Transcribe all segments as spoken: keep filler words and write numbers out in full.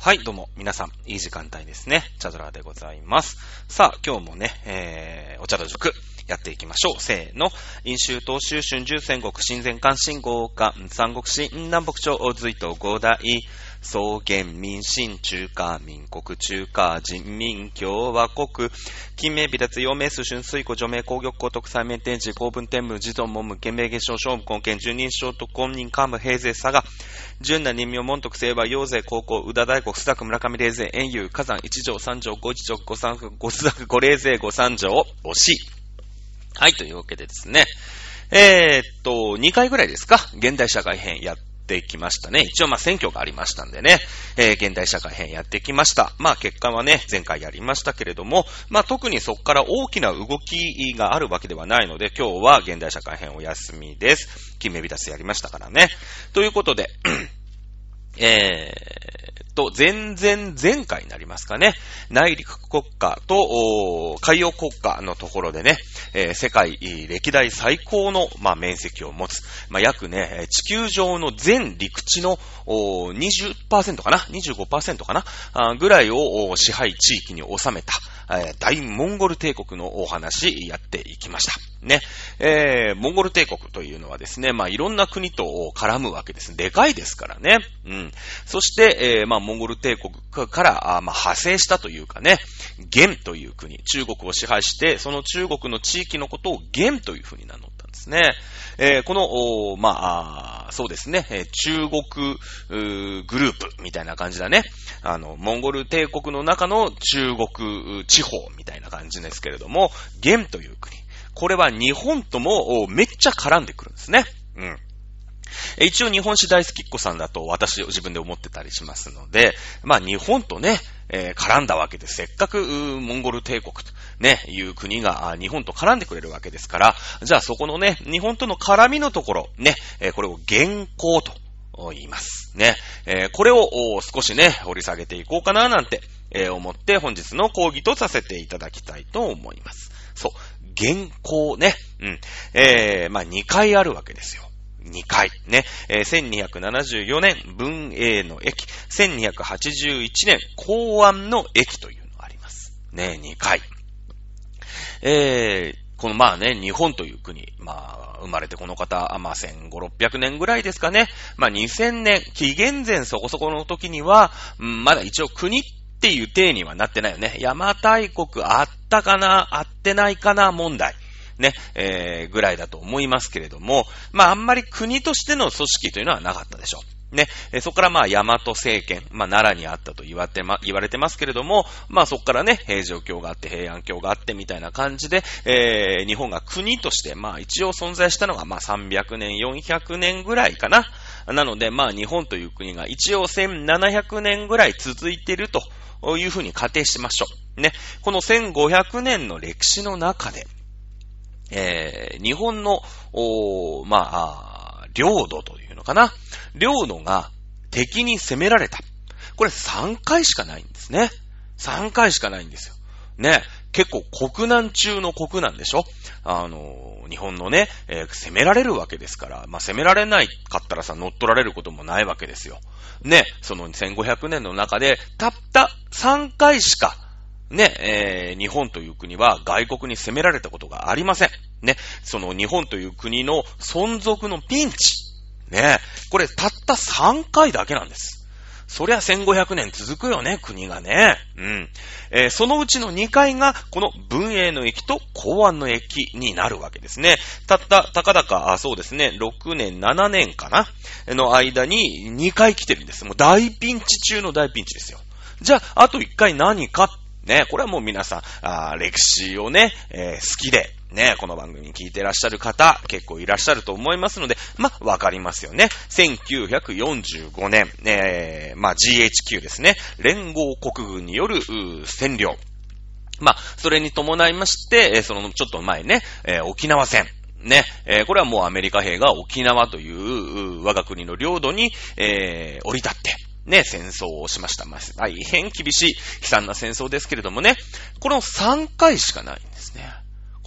はい、どうも、皆さん、いい時間帯ですね。チャドラーでございます。さあ、今日もね、えー、お茶の塾、やっていきましょう。せーの。飲酒、東州、春秋、戦国、親善、関心、豪華、三国志、南北朝、隋と五代、草原、民進、中華、民国、中華、人民、共和国、金名、微脱、陽明、数春、水庫、除名、工玉、高徳、西面、天智、公文、天武、自動、文武、県名、月賞、勝負、根県、十人称、特公人、幹部、平勢、佐賀、純那、任名、門徳、清和、陽勢、高校、宇田大国、須作、村上、霊勢、遠遊、火山、一条、三条、五一条、五三、五須作、五霊勢、五三条、惜しい。はい、というわけでですね。えー、っと、にかいぐらいですか、現代社会編やってきましたね。一応まあ選挙がありましたんでね、えー、現代社会編やってきました。まあ結果はね、前回やりましたけれども、まあ特にそこから大きな動きがあるわけではないので、今日は現代社会編お休みです。金目ビダスやりましたからね。ということで、えーと、前々前回になりますかね。内陸国家と海洋国家のところでね、えー、世界歴代最高の、まあ、面積を持つ、まあ、約ね、地球上の全陸地の にじゅっパーセント かな ?にじゅうごパーセント かなあぐらいを支配地域に収めた、えー、大モンゴル帝国のお話やっていきました。ね。えー、モンゴル帝国というのはですね、まあ、いろんな国と絡むわけです。でかいですからね。うん。そして、えー、まあ、モンゴル帝国から、あまあ、派生したというかね、元という国、中国を支配して、その中国の地域のことを元というふうに名乗ったんですね。えー、この、まあ、あそうですね、えー、中国グループみたいな感じだね。あの、モンゴル帝国の中の中国地方みたいな感じですけれども、元という国。これは日本ともめっちゃ絡んでくるんですね。うん。一応日本史大好きっ子さんだと私自分で思ってたりしますので、まあ日本とね、えー、絡んだわけです。せっかくモンゴル帝国とね、いう国が日本と絡んでくれるわけですから、じゃあそこのね、日本との絡みのところ、ね、えー、これを元寇と言います。ね、えー、これを少しね、掘り下げていこうかななんて、えー、思って本日の講義とさせていただきたいと思います。そう。元寇ね。うん。えー、まあ、にかいあるわけですよ。にかい。ね。えー、せんにひゃくななじゅうよねん、文永の役。せんにひゃくはちじゅういちねん、弘安の役というのがあります。ね、にかい。えー、このまあね、日本という国、まあ、生まれてこの方、まあ、せんごひゃくろっぴゃくねんぐらいですかね。まあ、にせんねん、紀元前そこそこの時には、うん、まだ一応国っていう体にはなってないよね。邪馬台国あったかな、あってないかな問題。ね、えー、ぐらいだと思いますけれども、まああんまり国としての組織というのはなかったでしょう。ね、えー、そこからまあ大和政権、まあ奈良にあったと言われてま、言われてますけれども、まあそこからね、平城京があって平安京があってみたいな感じで、えー、日本が国としてまあ一応存在したのがまあさんびゃくねん、よんひゃくねんぐらいかな。なのでまあ日本という国が一応せんななひゃくねんぐらい続いているというふうに仮定しましょう。ね、このせんごひゃくねんの歴史の中で、えー、日本の、まあ、領土というのかな。領土が敵に攻められた。これさんかいしかないんですね。さんかいしかないんですよ。ね。結構国難中の国難でしょ。あの、日本のね、えー、攻められるわけですから、まあ、攻められないかったらさ、乗っ取られることもないわけですよ。ね。そのせんごひゃくねんの中で、たったさんかいしか、ね、えー、日本という国は外国に攻められたことがありません。ね、その日本という国の存続のピンチ。ね、これたったさんかいだけなんです。そりゃせんごひゃくねん続くよね、国がね。うん。えー、そのうちのにかいが、この文永の役と弘安の役になるわけですね。たった、たかだか、あ、そうですね、ろくねん、ななねんかなの間ににかい来てるんです。もう大ピンチ中の大ピンチですよ。じゃあ、あといっかい何かね、これはもう皆さん、あ歴史をね、えー、好きで、ね、この番組に聞いていらっしゃる方、結構いらっしゃると思いますので、まあ、わかりますよね。せんきゅうひゃくよんじゅうごねん、えー、まあ、ジーエイチキュー ですね。連合国軍による占領。まあ、それに伴いまして、そのちょっと前ね、えー、沖縄戦。ね、えー、これはもうアメリカ兵が沖縄という我が国の領土に、えー、降り立って、ね、戦争をしました。まあ、大変厳しい、悲惨な戦争ですけれどもね、このさんかいしかないんですね。こ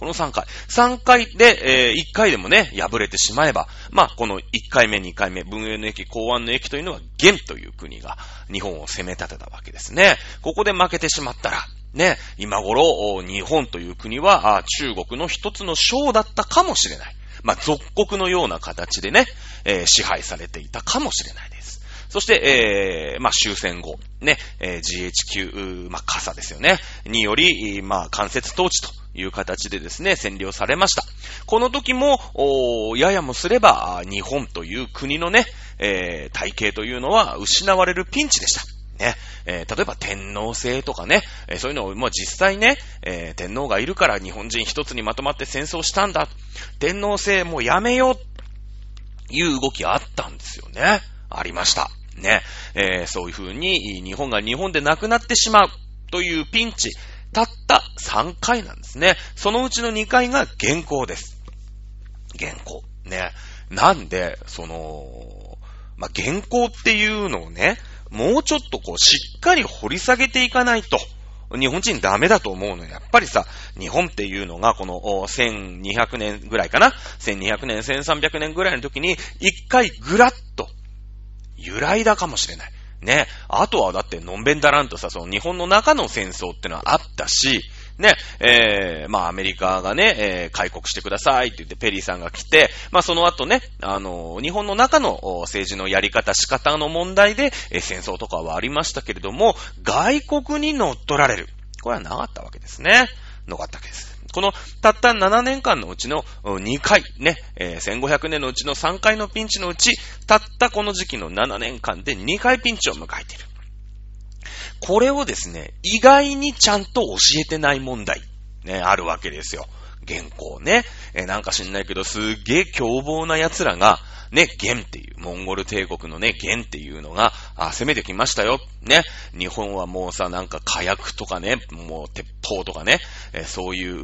このさんかい。さんかいで、えー、いっかいでもね、敗れてしまえば、まあ、このいっかいめ、にかいめ、文永の役、弘安の役というのは、元という国が日本を攻め立てたわけですね。ここで負けてしまったら、ね、今頃、日本という国は、中国の一つの省だったかもしれない。まあ、属国のような形でね、えー、支配されていたかもしれないです。そして、えー、まあ、終戦後、ね、えー、ジーエイチキュー、まあ、傘ですよね、により、まあ、間接統治という形でですね、占領されました。この時も、ややもすれば、日本という国のね、えー、体系というのは失われるピンチでした。ね、えー、例えば天皇制とかね、えー、そういうのをもう実際ね、えー、天皇がいるから日本人一つにまとまって戦争したんだ。天皇制もうやめようという動きあったんですよね。ありました。ね、えー、そういう風に日本が日本でなくなってしまうというピンチ、たったさんかいなんですね。そのうちのにかいが元寇です。元寇。ね。なんで、その、まあ、元寇っていうのをね、もうちょっとこう、しっかり掘り下げていかないと、日本人ダメだと思うのよ。やっぱりさ、日本っていうのがこのせんにひゃくねんぐらいかな ?せんにひゃくねん、せんさんびゃくねんぐらいの時に、一回ぐらっと、揺らいだかもしれない。ね。あとはだってのんべんだらんとさ、その日本の中の戦争ってのはあったし、ね、えー、まあアメリカがね、えー、開国してくださいって言ってペリーさんが来て、まあその後ね、あのー、日本の中の政治のやり方、仕方の問題で、えー、戦争とかはありましたけれども、外国に乗っ取られる。これはなかったわけですね。なかったわけです。このたったななねんかんのうちのにかいね、えー、せんごひゃくねんのうちのさんかいのピンチのうち、たったこの時期のななねんかんでにかいピンチを迎えている。これをですね、意外にちゃんと教えてない問題、ね、あるわけですよ。元寇ね。えー、なんか知んないけど、すっげえ凶暴な奴らが、ね、元っていう、モンゴル帝国のね、元っていうのが、あ、攻めてきましたよ。ね。日本はもうさ、なんか火薬とかね、もう鉄砲とかね、えー、そういう、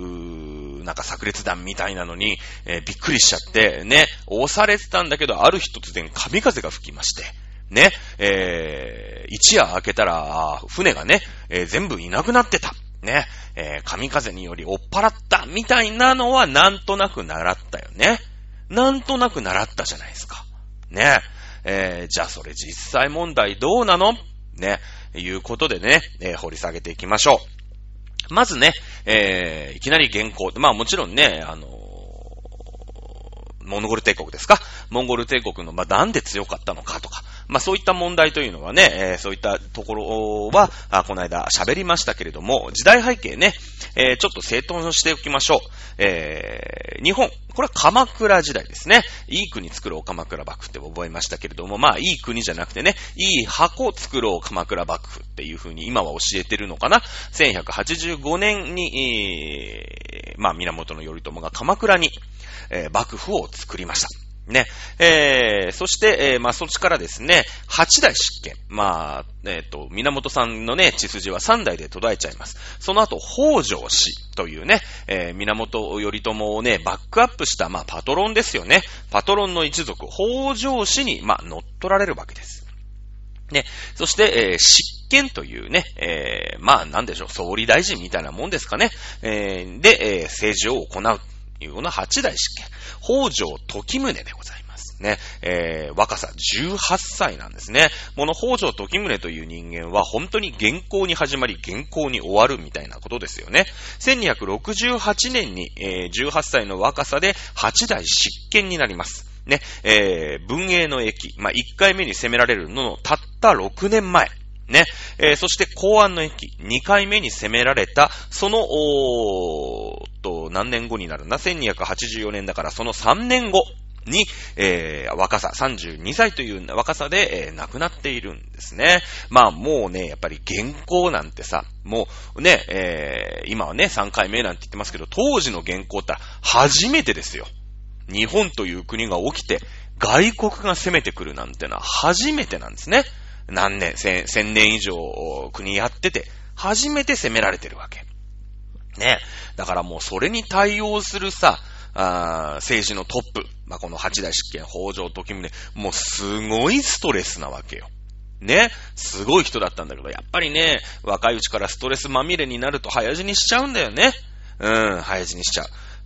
なんか炸裂弾みたいなのに、えー、びっくりしちゃって、ね、押されてたんだけど、ある日突然神風が吹きまして、ね、えー、一夜明けたら、船がね、えー、全部いなくなってた。ね、えー、神風により追っ払ったみたいなのはなんとなく習ったよね。なんとなく習ったじゃないですか。ね、えー、じゃあそれ実際問題どうなのね、いうことでね、えー、掘り下げていきましょう。まずね、えー、いきなり元寇。まあもちろんね、あのー、モンゴル帝国ですか？モンゴル帝国の、まあ、なんで強かったのかとか、まあ、そういった問題というのはね、えー、そういったところは、あこの間喋りましたけれども、時代背景ね、えー、ちょっと整頓しておきましょう。えー、日本、これは鎌倉時代ですね。いい国作ろう鎌倉幕府って覚えましたけれども、まあ、いい国じゃなくてね、いい箱作ろう鎌倉幕府っていう風に今は教えてるのかな。せんひゃくはちじゅうごねんに、えー、まあ、源頼朝が鎌倉に、えー、幕府を作りました。ね。えー、そして、えー、まあ、そっちからですね、八代執権。まあ、えっ、ー、と、源さんのね、血筋は三代で途絶えちゃいます。その後、北条氏というね、えー、源頼朝をね、バックアップした、まあ、パトロンですよね。パトロンの一族、北条氏に、まあ、乗っ取られるわけです。ね。そして、えー、執権というね、えー、まあ、なんでしょう、総理大臣みたいなもんですかね。えー、で、えー、政治を行う。というような八代執権。北条時宗でございますね。えー、若さじゅうはっさいなんですね。この北条時宗という人間は本当に元寇に始まり元寇に終わるみたいなことですよね。せんにひゃくろくじゅうはちねんに、えー、じゅうはっさいの若さで八代執権になります。ね、えー、文永の役、まあ、いっかいめに攻められるののたったろくねんまえ。ね、えー、そして弘安の役、にかいめに攻められた、その、おーと、何年後になるんだ ?せんにひゃくはちじゅうよねんだからそのさんねんごに、えー、若さ、さんじゅうにさいという若さで、えー、亡くなっているんですね。まあもうね、やっぱり元寇なんてさ、もうね、えー、今はね、さんかいめなんて言ってますけど、当時の元寇って初めてですよ。日本という国が起きて、外国が攻めてくるなんてのは初めてなんですね。何年、千、千年以上国やってて、初めて攻められてるわけ。ね。だからもうそれに対応するさ、あ政治のトップ、まあ、この八代執権、北条時宗、もうすごいストレスなわけよ。ね。すごい人だったんだけど、やっぱりね、若いうちからストレスまみれになると早死にしちゃうんだよね。うん、早死にしちゃう。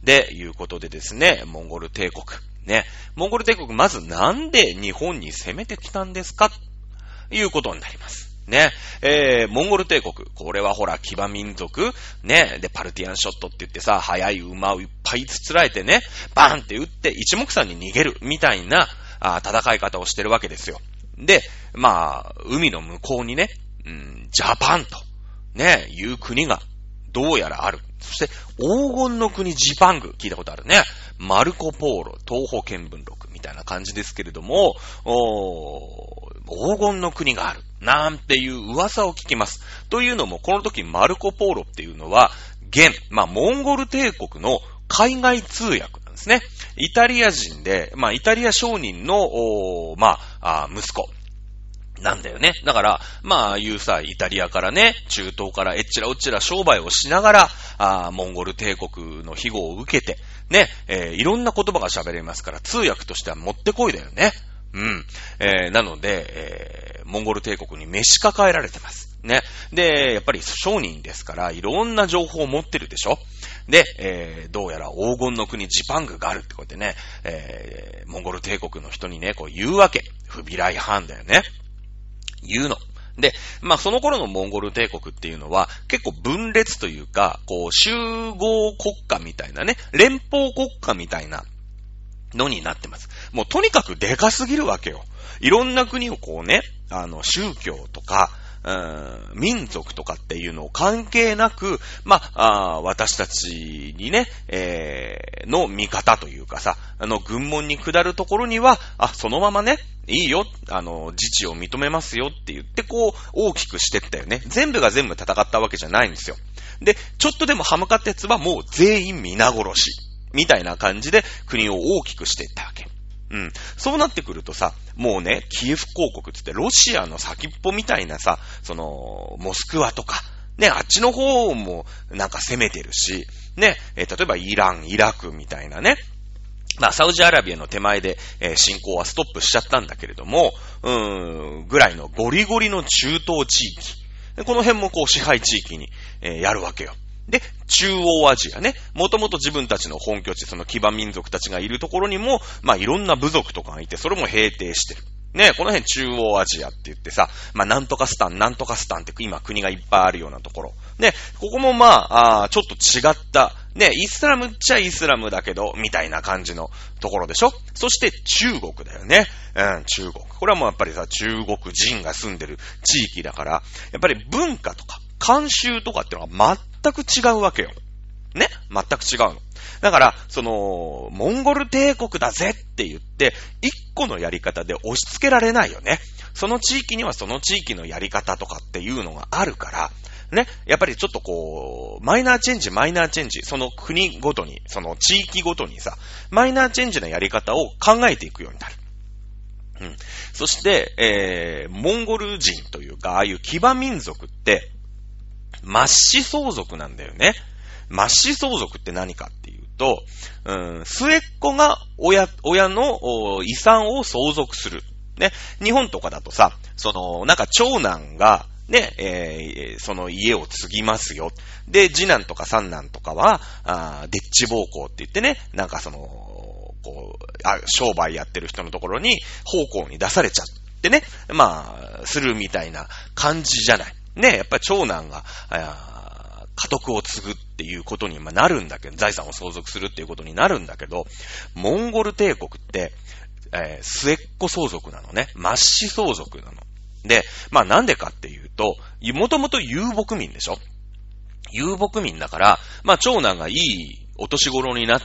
で、いうことでですね、モンゴル帝国。ね。モンゴル帝国、まずなんで日本に攻めてきたんですかということになります。ね。えー、モンゴル帝国。これはほら、騎馬民族。ね。で、パルティアンショットって言ってさ、速い馬をいっぱいつつらえてね、バーンって撃って一目散に逃げるみたいなあ戦い方をしてるわけですよ。で、まあ、海の向こうにね、うん、ジャパンと、ね、いう国がどうやらある。そして、黄金の国ジパング、聞いたことあるね。マルコポーロ、東方見聞録みたいな感じですけれども、お黄金の国がある。なんていう噂を聞きます。というのも、この時マルコポーロっていうのは、現、まあ、モンゴル帝国の海外通訳なんですね。イタリア人で、まあ、イタリア商人の、おまあ、あ息子。なんだよね。だから、まあ、いうさ、イタリアからね、中東からえっちらおっちら商売をしながら、あモンゴル帝国の庇護を受けて、ね、えー、いろんな言葉が喋れますから、通訳としてはもってこいだよね。うん。えー、なので、えー、モンゴル帝国に召し抱えられてます。ね。で、やっぱり商人ですから、いろんな情報を持ってるでしょ。で、えー、どうやら黄金の国ジパングがあるってこうやってね、えー、モンゴル帝国の人にね、こう言うわけ。フビライハンだよね。言うの。で、まあその頃のモンゴル帝国っていうのは結構分裂というか、こう集合国家みたいなね、連邦国家みたいなのになってます。もうとにかくでかすぎるわけよ。いろんな国をこうね、あの宗教とか、うーん民族とかっていうのを関係なく、まあ、あ私たちにね、えー、の味方というかさ、あの軍門に下るところには、あ、そのままね、いいよ、あの、自治を認めますよって言って、こう、大きくしてったよね。全部が全部戦ったわけじゃないんですよ。で、ちょっとでも歯向かったやつはもう全員皆殺し。みたいな感じで国を大きくしていったわけ。うん。そうなってくるとさ、もうね、キエフ公国つってロシアの先っぽみたいなさ、その、モスクワとか、ね、あっちの方もなんか攻めてるし、ね、えー、例えばイラン、イラクみたいなね、まあ、サウジアラビアの手前で、えー、侵攻はストップしちゃったんだけれども、うーん、ぐらいのゴリゴリの中東地域。この辺もこう支配地域に、えー、やるわけよ。で、中央アジアね。もともと自分たちの本拠地、その騎馬民族たちがいるところにも、まあ、いろんな部族とかがいて、それも平定してる。ね、この辺中央アジアって言ってさ、まあ、なんとかスタン、なんとかスタンって今国がいっぱいあるようなところ。ね、ここもまあ、あちょっと違った、ね、イスラムっちゃイスラムだけど、みたいな感じのところでしょ。そして中国だよね。うん、中国。これはもうやっぱりさ、中国人が住んでる地域だから、やっぱり文化とか、慣習とかっていうのは全く違うわけよ。ね、全く違うの。だから、その、モンゴル帝国だぜって言って、一個のやり方で押し付けられないよね。その地域にはその地域のやり方とかっていうのがあるから、ね、やっぱりちょっとこう、マイナーチェンジ、マイナーチェンジ、その国ごとに、その地域ごとにさ、マイナーチェンジのやり方を考えていくようになる。うん。そして、えー、モンゴル人というか、ああいう騎馬民族って、末子相続なんだよね。末子相続って何かっていうと、うん、末っ子が親、親の遺産を相続する。ね。日本とかだとさ、その、なんか長男が、ね、えー、その家を継ぎますよ。で、次男とか三男とかは、あデッチ奉公って言ってね、なんかその、こう、あ、商売やってる人のところに、奉公に出されちゃってね、まあ、するみたいな感じじゃない。ね、やっぱり長男が、あ家督を継ぐっていうことになるんだけど、財産を相続するっていうことになるんだけど、モンゴル帝国って、えー、末っ子相続なのね。末子相続なの。で、まあなんでかっていうと、もともと遊牧民でしょ？遊牧民だから、まあ長男がいいお年頃になって、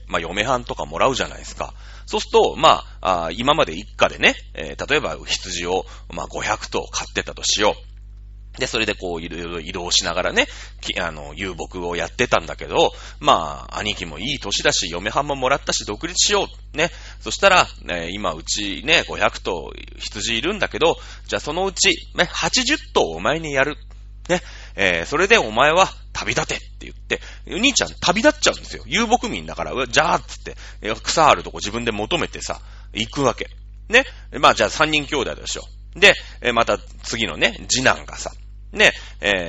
まあ嫁はんとかもらうじゃないですか。そうすると、まあ、あ今まで一家でね、えー、例えば羊を、まあごひゃくとう飼ってたとしよう。で、それでこう、いろいろ移動しながらね、あの、遊牧をやってたんだけど、まあ、兄貴もいい年だし、嫁はんももらったし、独立しよう。ね。そしたら、ね、今、うちね、ごひゃくとう羊いるんだけど、じゃあそのうち、ね、はちじゅっとうお前にやる。ね。えー、それでお前は旅立てって言って、お兄ちゃん旅立っちゃうんですよ。遊牧民だから、じゃあっつって、草あるとこ自分で求めてさ、行くわけ。ね。まあ、じゃあさんにん兄弟でしょ。で、また次のね、次男がさ、ね、え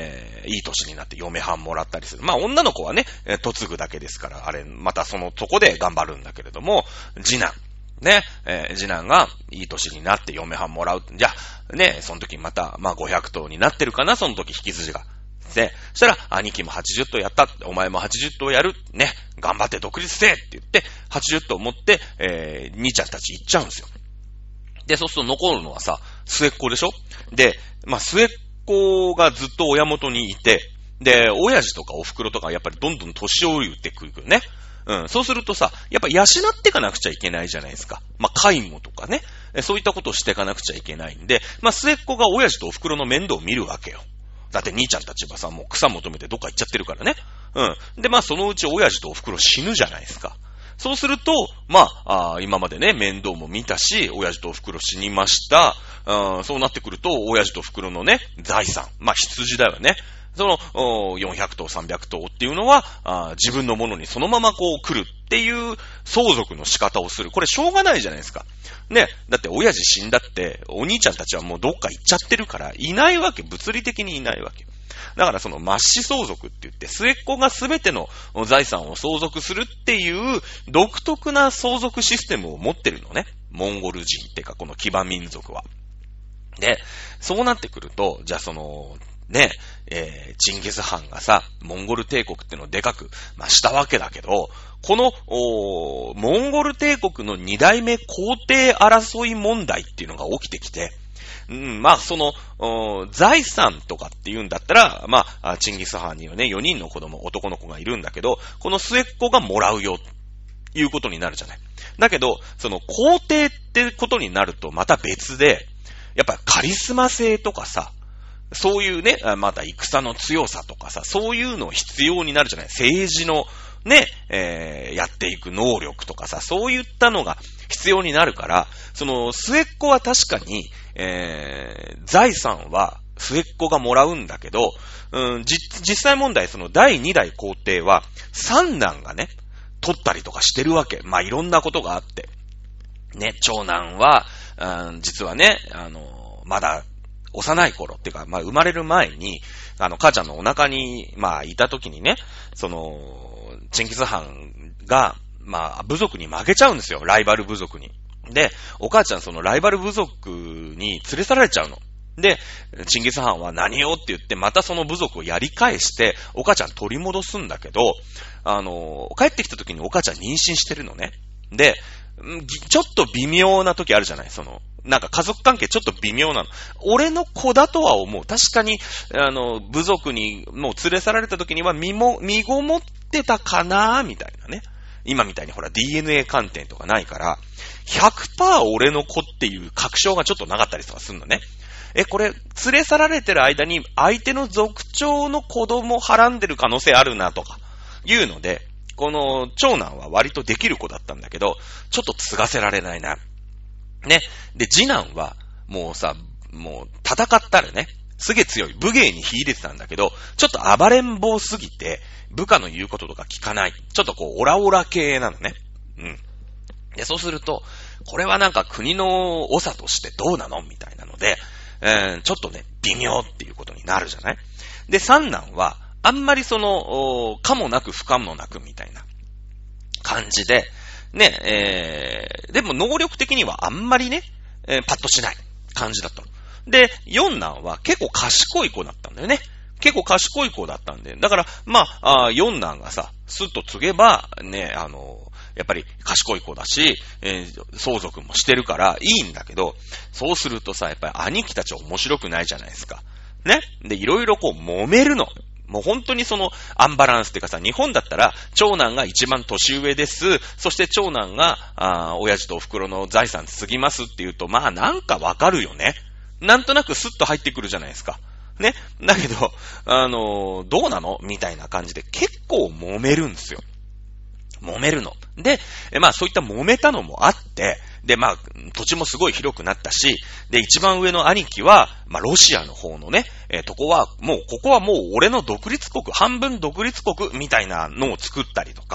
えー、いい年になって嫁はんもらったりする。まあ女の子はね、えー、嫁ぐだけですから、あれ、またそのとこで頑張るんだけれども、次男。ね、えー、次男がいい年になって嫁はんもらう。じゃあ、ね、その時また、まあごひゃくとうになってるかな、その時引き筋が。で、そしたら、兄貴もはちじゅっとうやった。お前もはちじゅっとうやる。ね、頑張って独立せえって言って、はちじゅっとう持って、えー、兄ちゃんたち行っちゃうんですよ。で、そうすると残るのはさ、末っ子でしょ？で、まあ末っ子がずっと親元にいて、で、親父とかお袋とかやっぱりどんどん年老いてくるね。うん。そうするとさ、やっぱ養っていかなくちゃいけないじゃないですか。まあ、介護とかね。そういったことをしていかなくちゃいけないんで、まあ、末っ子が親父とお袋の面倒を見るわけよ。だって兄ちゃんたちはさ、もう草求めてどっか行っちゃってるからね。うん。で、まあ、そのうち親父とお袋死ぬじゃないですか。そうすると、まあ、あ今までね、面倒も見たし、親父とお袋死にました。うん、そうなってくると、親父とお袋のね、財産。まあ、羊だよね。その、よんひゃくとう、さんびゃくとうっていうのは、あ自分のものにそのままこう来るっていう相続の仕方をする。これしょうがないじゃないですか。ね。だって親父死んだって、お兄ちゃんたちはもうどっか行っちゃってるから、いないわけ。物理的にいないわけ。だからその末子相続って言って、末っ子がすべての財産を相続するっていう独特な相続システムを持ってるのね。モンゴル人っていうかこの騎馬民族は。で、そうなってくると、じゃあその、ね、えー、チンギス・ハンがさ、モンゴル帝国ってのをでかく、まあ、したわけだけど、この、モンゴル帝国の二代目皇帝争い問題っていうのが起きてきて、うん、まあ、その、財産とかっていうんだったら、まあ、チンギス・ハンにはね、よにんの子供、男の子がいるんだけど、この末っ子がもらうよ、いうことになるじゃない。だけど、その皇帝ってことになるとまた別で、やっぱカリスマ性とかさ、そういうね、また戦の強さとかさ、そういうの必要になるじゃない。政治のね、えー、やっていく能力とかさ、そういったのが必要になるから、その末っ子は確かに、えー、財産は末っ子がもらうんだけど、うん、実、実際問題、そのだいにだい皇帝は三男がね、取ったりとかしてるわけ。まあ、いろんなことがあって。ね、長男は、うん、実はね、あの、まだ、幼い頃っていうか、まあ、生まれる前に、あの、母ちゃんのお腹に、まあ、いた時にね、その、チンギス・ハンが、まあ、部族に負けちゃうんですよ。ライバル部族に。で、お母ちゃんそのライバル部族に連れ去られちゃうの。で、チンギス・ハンは何よって言って、またその部族をやり返して、お母ちゃん取り戻すんだけど、あの、帰ってきた時にお母ちゃん妊娠してるのね。で、ちょっと微妙な時あるじゃない、その、なんか家族関係ちょっと微妙なの。俺の子だとは思う。確かに、あの、部族にもう連れ去られた時には身も、身ごもってたかなみたいなね。今みたいにほら ディーエヌエー 鑑定とかないから、ひゃくパーセント 俺の子っていう確証がちょっとなかったりとかするのね。え、これ、連れ去られてる間に相手の族長の子供はらんでる可能性あるなとか、いうので、この長男は割とできる子だったんだけど、ちょっと継がせられないな。ね。で、次男は、もうさ、もう戦ったらね、すげえ強い。武芸に秀でてたんだけど、ちょっと暴れん坊すぎて、部下の言うこととか聞かない。ちょっとこう、オラオラ系なのね。うん。で、そうすると、これはなんか国の長としてどうなのみたいなので、えー、ちょっとね、微妙っていうことになるじゃない？で、三男は、あんまりその、かもなく不可もなくみたいな感じで、ね、えー、でも能力的にはあんまりね、えー、パッとしない感じだったの。で、四男は結構賢い子だったんだよね。結構賢い子だったんで。だから、まあ、あ四男がさ、スッと継げば、ね、あの、やっぱり賢い子だし、えー、相続もしてるからいいんだけど、そうするとさ、やっぱり兄貴たちは面白くないじゃないですか。ね。で、いろいろこう揉めるの。もう本当にそのアンバランスっていうかさ、日本だったら長男が一番年上です。そして長男が、あ親父とお袋の財産継ぎますっていうと、まあなんかわかるよね。なんとなくスッと入ってくるじゃないですか。ね。だけど、あのー、どうなのみたいな感じで結構揉めるんですよ。揉めるの。で、まあそういった揉めたのもあって、で、まあ、土地もすごい広くなったし、で、一番上の兄貴は、まあ、ロシアの方のね、えー、とこは、もう、ここはもう俺の独立国、半分独立国みたいなのを作ったりとか、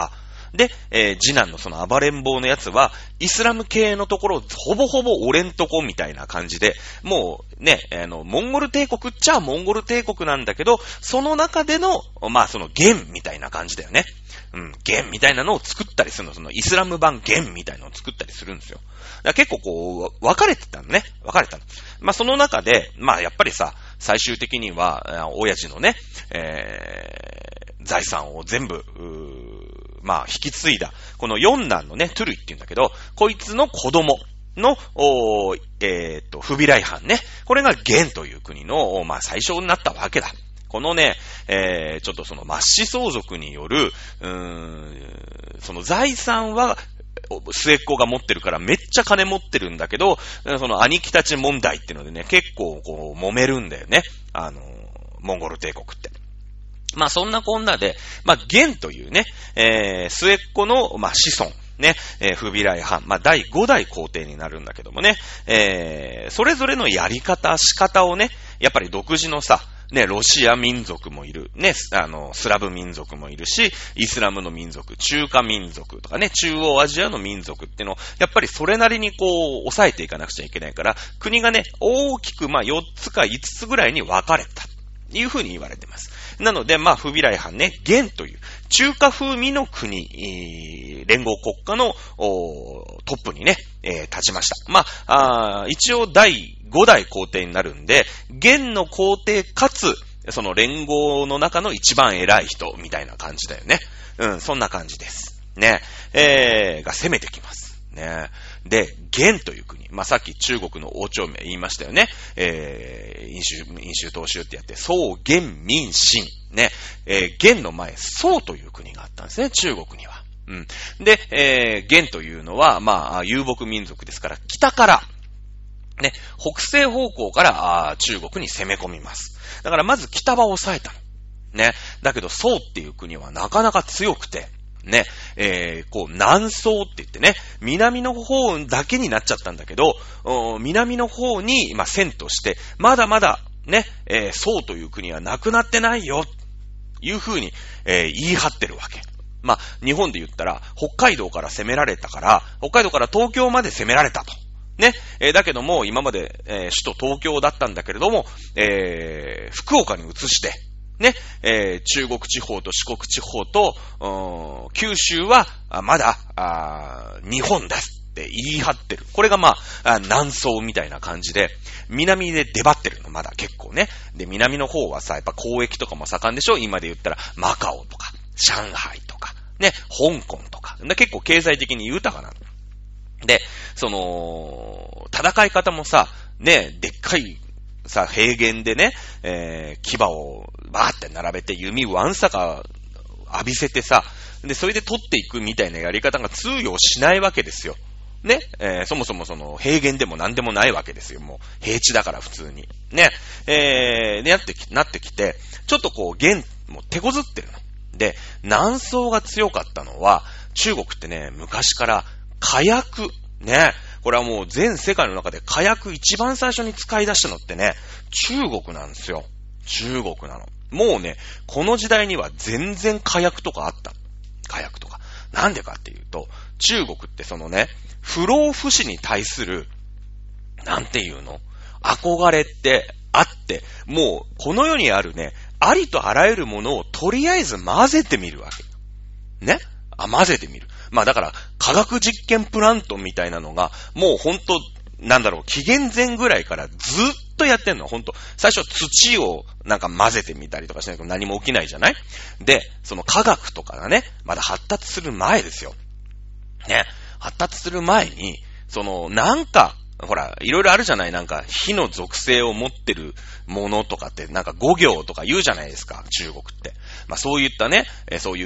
で、えー、次男のその暴れん坊のやつは、イスラム系のところ、ほぼほぼ俺んとこみたいな感じで、もうね、あの、モンゴル帝国っちゃモンゴル帝国なんだけど、その中での、まあその元みたいな感じだよね。うん、元みたいなのを作ったりするの、そのイスラム版元みたいなのを作ったりするんですよ。だから結構こう、分かれてたのね。分かれたの。まあその中で、まあやっぱりさ、最終的には、親父のね、えー、財産を全部、まあ引き継いだ、この四男のね、トゥルイって言うんだけど、こいつの子供の、おえっと、フビライハンね。これが元という国の、まあ最初になったわけだ。このね、えー、ちょっとその末子相続による、うーん、その財産は、末っ子が持ってるからめっちゃ金持ってるんだけど、その兄貴たち問題っていうのでね、結構こう揉めるんだよね。あの、モンゴル帝国って。まあそんなこんなで、まあ元というね、えー、末っ子の、まあ子孫。ね、えー、フビライハン。まあ、第五代皇帝になるんだけどもね、えー、それぞれのやり方、仕方をね、やっぱり独自のさ、ね、ロシア民族もいる。ね、あの、スラブ民族もいるし、イスラムの民族、中華民族とかね、中央アジアの民族っていうのを、やっぱりそれなりにこう、抑えていかなくちゃいけないから、国がね、大きく、まあ、よっつかいつつぐらいに分かれた。いうふうに言われています。なので、まあ、フビライハンね、元という中華風味の国、えー、連合国家のトップにね、えー、立ちました。まあ、あ一応だいご代皇帝になるんで、元の皇帝かつ、その連合の中の一番偉い人みたいな感じだよね。うん、そんな感じです。ね、えー、が攻めてきます。ね。で、元という国。まあ、さっき中国の王朝名言いましたよね。えー、飲酒、飲酒踏襲ってやって、宋、元、民、清。ね。えー、元の前、宋という国があったんですね、中国には。うん。で、えー、元というのは、まあ、遊牧民族ですから、北から、ね、北西方向から中国に攻め込みます。だからまず北は抑えたの。ね。だけど宋っていう国はなかなか強くて、ね、えー、こう、南宋って言ってね、南の方だけになっちゃったんだけど、南の方に、まあ、遷として、まだまだ、ね、えー、宋という国はなくなってないよ、いうふうに、えー、言い張ってるわけ。まあ、日本で言ったら、北海道から攻められたから、北海道から東京まで攻められたと。ね、えー、だけども、今まで、えー、首都東京だったんだけれども、えー、福岡に移して、ね、えー、中国地方と四国地方と、九州は、まだ、日本ですって言い張ってる。これがまあ、南宋みたいな感じで、南で出張ってるの、まだ結構ね。で、南の方はさ、やっぱ交易とかも盛んでしょ？今で言ったら、マカオとか、上海とか、ね、香港とか。結構経済的に豊かなの。で、その、戦い方もさ、ね、でっかい、さ、平原でね、えー、牙をバーって並べて弓ワンサカ浴びせてさ、で、それで取っていくみたいなやり方が通用しないわけですよ。ね、えー、そもそもその平原でも何でもないわけですよ。もう平地だから普通に。ね、えー、で、やってき、なってきて、ちょっとこう、元、もう手こずってるの。で、南宋が強かったのは、中国ってね、昔から火薬、ね、これはもう全世界の中で火薬一番最初に使い出したのってね、中国なんですよ。中国なの。もうね、この時代には全然火薬とかあった。火薬とか。なんでかっていうと、中国ってそのね、不老不死に対する、なんていうの？憧れってあって、もうこの世にあるね、ありとあらゆるものをとりあえず混ぜてみるわけ。ね？あ、混ぜてみる。まあだから、科学実験プラントみたいなのが、もうほんと、なんだろう、紀元前ぐらいからずっとやってんの。ほんと、最初土をなんか混ぜてみたりとかしないと何も起きないじゃない？で、その科学とかがね、まだ発達する前ですよ。ね。発達する前に、その、なんか、ほら、いろいろあるじゃない？なんか、火の属性を持ってるものとかって、なんか五行とか言うじゃないですか、中国って。まあそういったね、えそういう、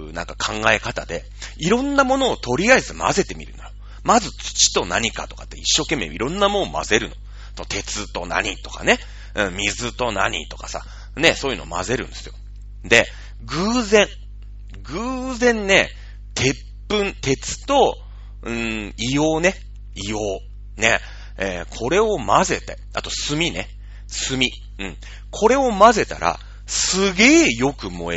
なんか考え方で、いろんなものをとりあえず混ぜてみるのよ。まず土と何かとかって一生懸命いろんなものを混ぜるの。と鉄と何とかね、うん、水と何とかさ、ね、そういうのを混ぜるんですよ。で、偶然、偶然ね、鉄粉、鉄と、うん、硫黄ね、硫黄。ね、えー、これを混ぜて、あと炭ね、炭。うん。これを混ぜたら、すげえよく燃えるっ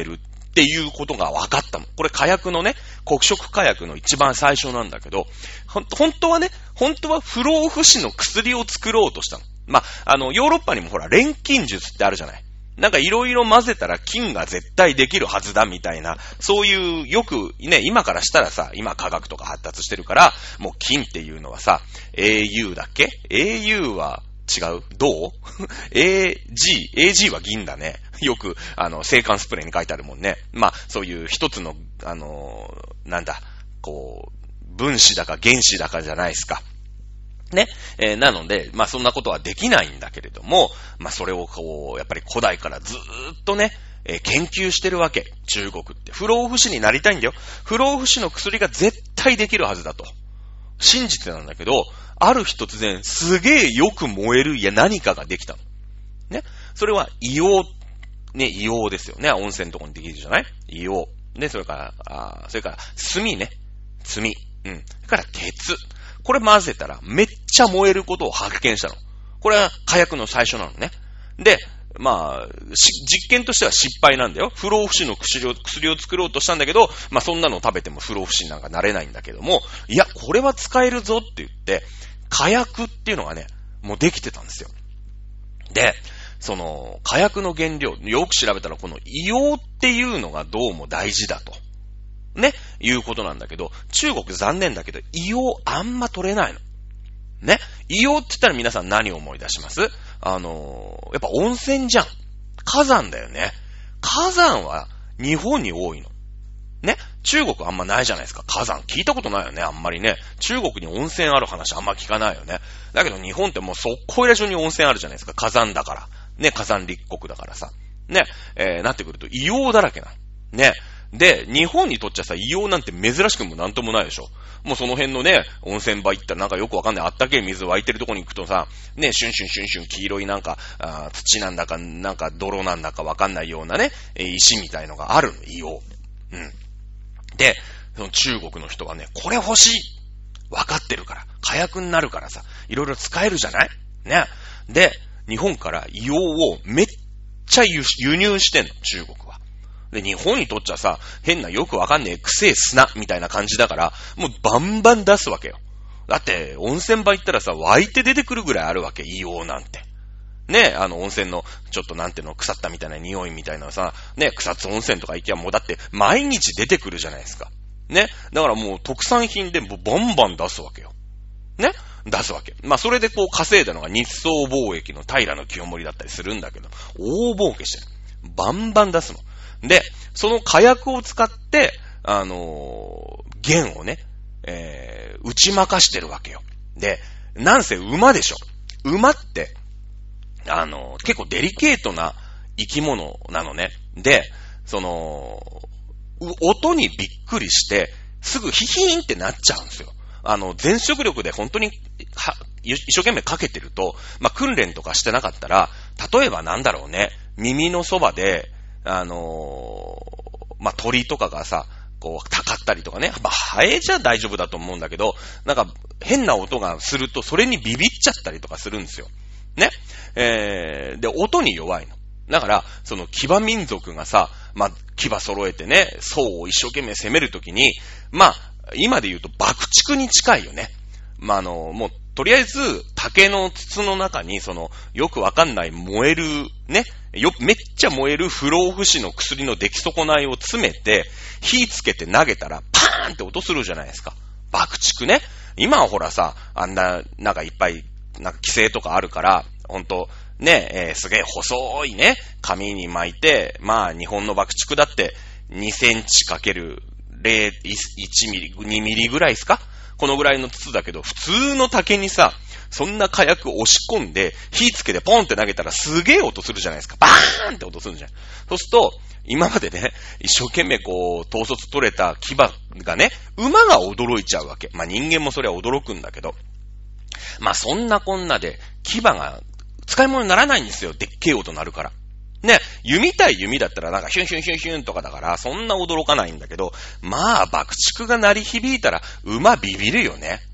っていうことが分かったの。これ火薬のね、黒色火薬の一番最初なんだけど、ほん、本当はね、本当は不老不死の薬を作ろうとしたの。まあ、あの、ヨーロッパにもほら、錬金術ってあるじゃない。なんかいろいろ混ぜたら金が絶対できるはずだみたいな、そういうよくね、今からしたらさ、今科学とか発達してるから、もう金っていうのはさ、エーユー だっけ ?エーユー は違うどう ?エージー、エージー は銀だね。よく、あの、制汗スプレーに書いてあるもんね。まあ、そういう一つの、あの、なんだ、こう、分子だか原子だかじゃないですか。ね。えー、なので、まあ、そんなことはできないんだけれども、まあ、それをこう、やっぱり古代からずーっとね、えー、研究してるわけ。中国って。不老不死になりたいんだよ。不老不死の薬が絶対できるはずだと。信じてたんだけど、ある日突然、すげえよく燃える、いや何かができたの。ね。それは硫黄、ね、硫黄ですよね。温泉のとこにできるじゃない硫黄。で、それから、あそれから、炭ね。炭。うん。それから鉄。これ混ぜたらめっちゃ燃えることを発見したの。これは火薬の最初なのね。で、まあ、実験としては失敗なんだよ。不老不死の薬を、薬を作ろうとしたんだけど、まあそんなの食べても不老不死なんかなれないんだけども、いや、これは使えるぞって言って、火薬っていうのがね、もうできてたんですよ。で、その、火薬の原料、よく調べたらこの硫黄っていうのがどうも大事だと。ね、いうことなんだけど、中国残念だけど、硫黄あんま取れないの。ね、硫黄って言ったら皆さん何を思い出します？あのー、やっぱ温泉じゃん。火山だよね。火山は日本に多いの。ね、中国あんまないじゃないですか。火山聞いたことないよね、あんまりね。中国に温泉ある話あんま聞かないよね。だけど日本ってもうそっこいら中に温泉あるじゃないですか。火山だから。ね、火山立国だからさ。ね、えー、なってくると硫黄だらけなの。ね。で、日本にとっちゃさ、硫黄なんて珍しくもなんともないでしょ。もうその辺のね、温泉場行ったらなんかよくわかんないあったけえ水湧いてるとこに行くとさ、ね、シュンシュンシュンシュン黄色いなんか、あ土なんだか、なんか泥なんだかわかんないようなね、石みたいのがあるの、硫黄。うん。で、その中国の人がね、これ欲しいわかってるから。火薬になるからさ、いろいろ使えるじゃないね。で、日本から硫黄をめっちゃ輸入してんの、中国は。で、日本にとっちゃさ、変なよくわかんねえ臭え砂みたいな感じだから、もうバンバン出すわけよ。だって、温泉場行ったらさ、湧いて出てくるぐらいあるわけ、硫黄なんて。ね、あの温泉の、ちょっとなんていうの、腐ったみたいな匂いみたいなさ、ね、草津温泉とか行きゃもうだって毎日出てくるじゃないですか。ね。だからもう特産品でもうバンバン出すわけよ。ね。出すわけ。まあそれでこう稼いだのが日宋貿易の平清盛だったりするんだけど、大儲けしてる。バンバン出すの。で、その火薬を使って、あのー、弦をね、えー、打ち負かしてるわけよ。で、なんせ馬でしょ。馬って、あのー、結構デリケートな生き物なのね。で、その、音にびっくりして、すぐヒヒーンってなっちゃうんですよ。あの、全速力で本当に、は、一生懸命かけてると、まあ、訓練とかしてなかったら、例えばなんだろうね、耳のそばで、あのー、まあ、鳥とかがさ、こう、たかったりとかね。まあ、ハエじゃ大丈夫だと思うんだけど、なんか、変な音がすると、それにビビっちゃったりとかするんですよ。ね。えー、で、音に弱いの。だから、その、騎馬民族がさ、まあ、騎馬揃えてね、宋を一生懸命攻めるときに、まあ、今で言うと爆竹に近いよね。まあ、あの、もう、とりあえず、竹の筒の中に、その、よくわかんない燃える、ね、よ、めっちゃ燃える不老不死の薬の出来損ないを詰めて、火つけて投げたら、パーンって音するじゃないですか。爆竹ね。今はほらさ、あんな、なんかいっぱい、なんか規制とかあるから、ほんと、ね、えー、すげえ細いね、紙に巻いて、まあ、日本の爆竹だって、にセンチかけるゼロ、いちミリ、にミリぐらいですか？このぐらいの筒だけど、普通の竹にさ、そんな火薬を押し込んで、火つけてポンって投げたらすげえ音するじゃないですか。バーンって音するじゃん。そうすると、今までね、一生懸命こう、統率取れた牙がね、馬が驚いちゃうわけ。まあ人間もそれは驚くんだけど。まあそんなこんなで、牙が使い物にならないんですよ。でっけえ音鳴るから。ね、弓対弓だったらなんかヒュンヒュンヒュンヒュンとかだから、そんな驚かないんだけど、まあ爆竹が鳴り響いたら馬ビビるよね。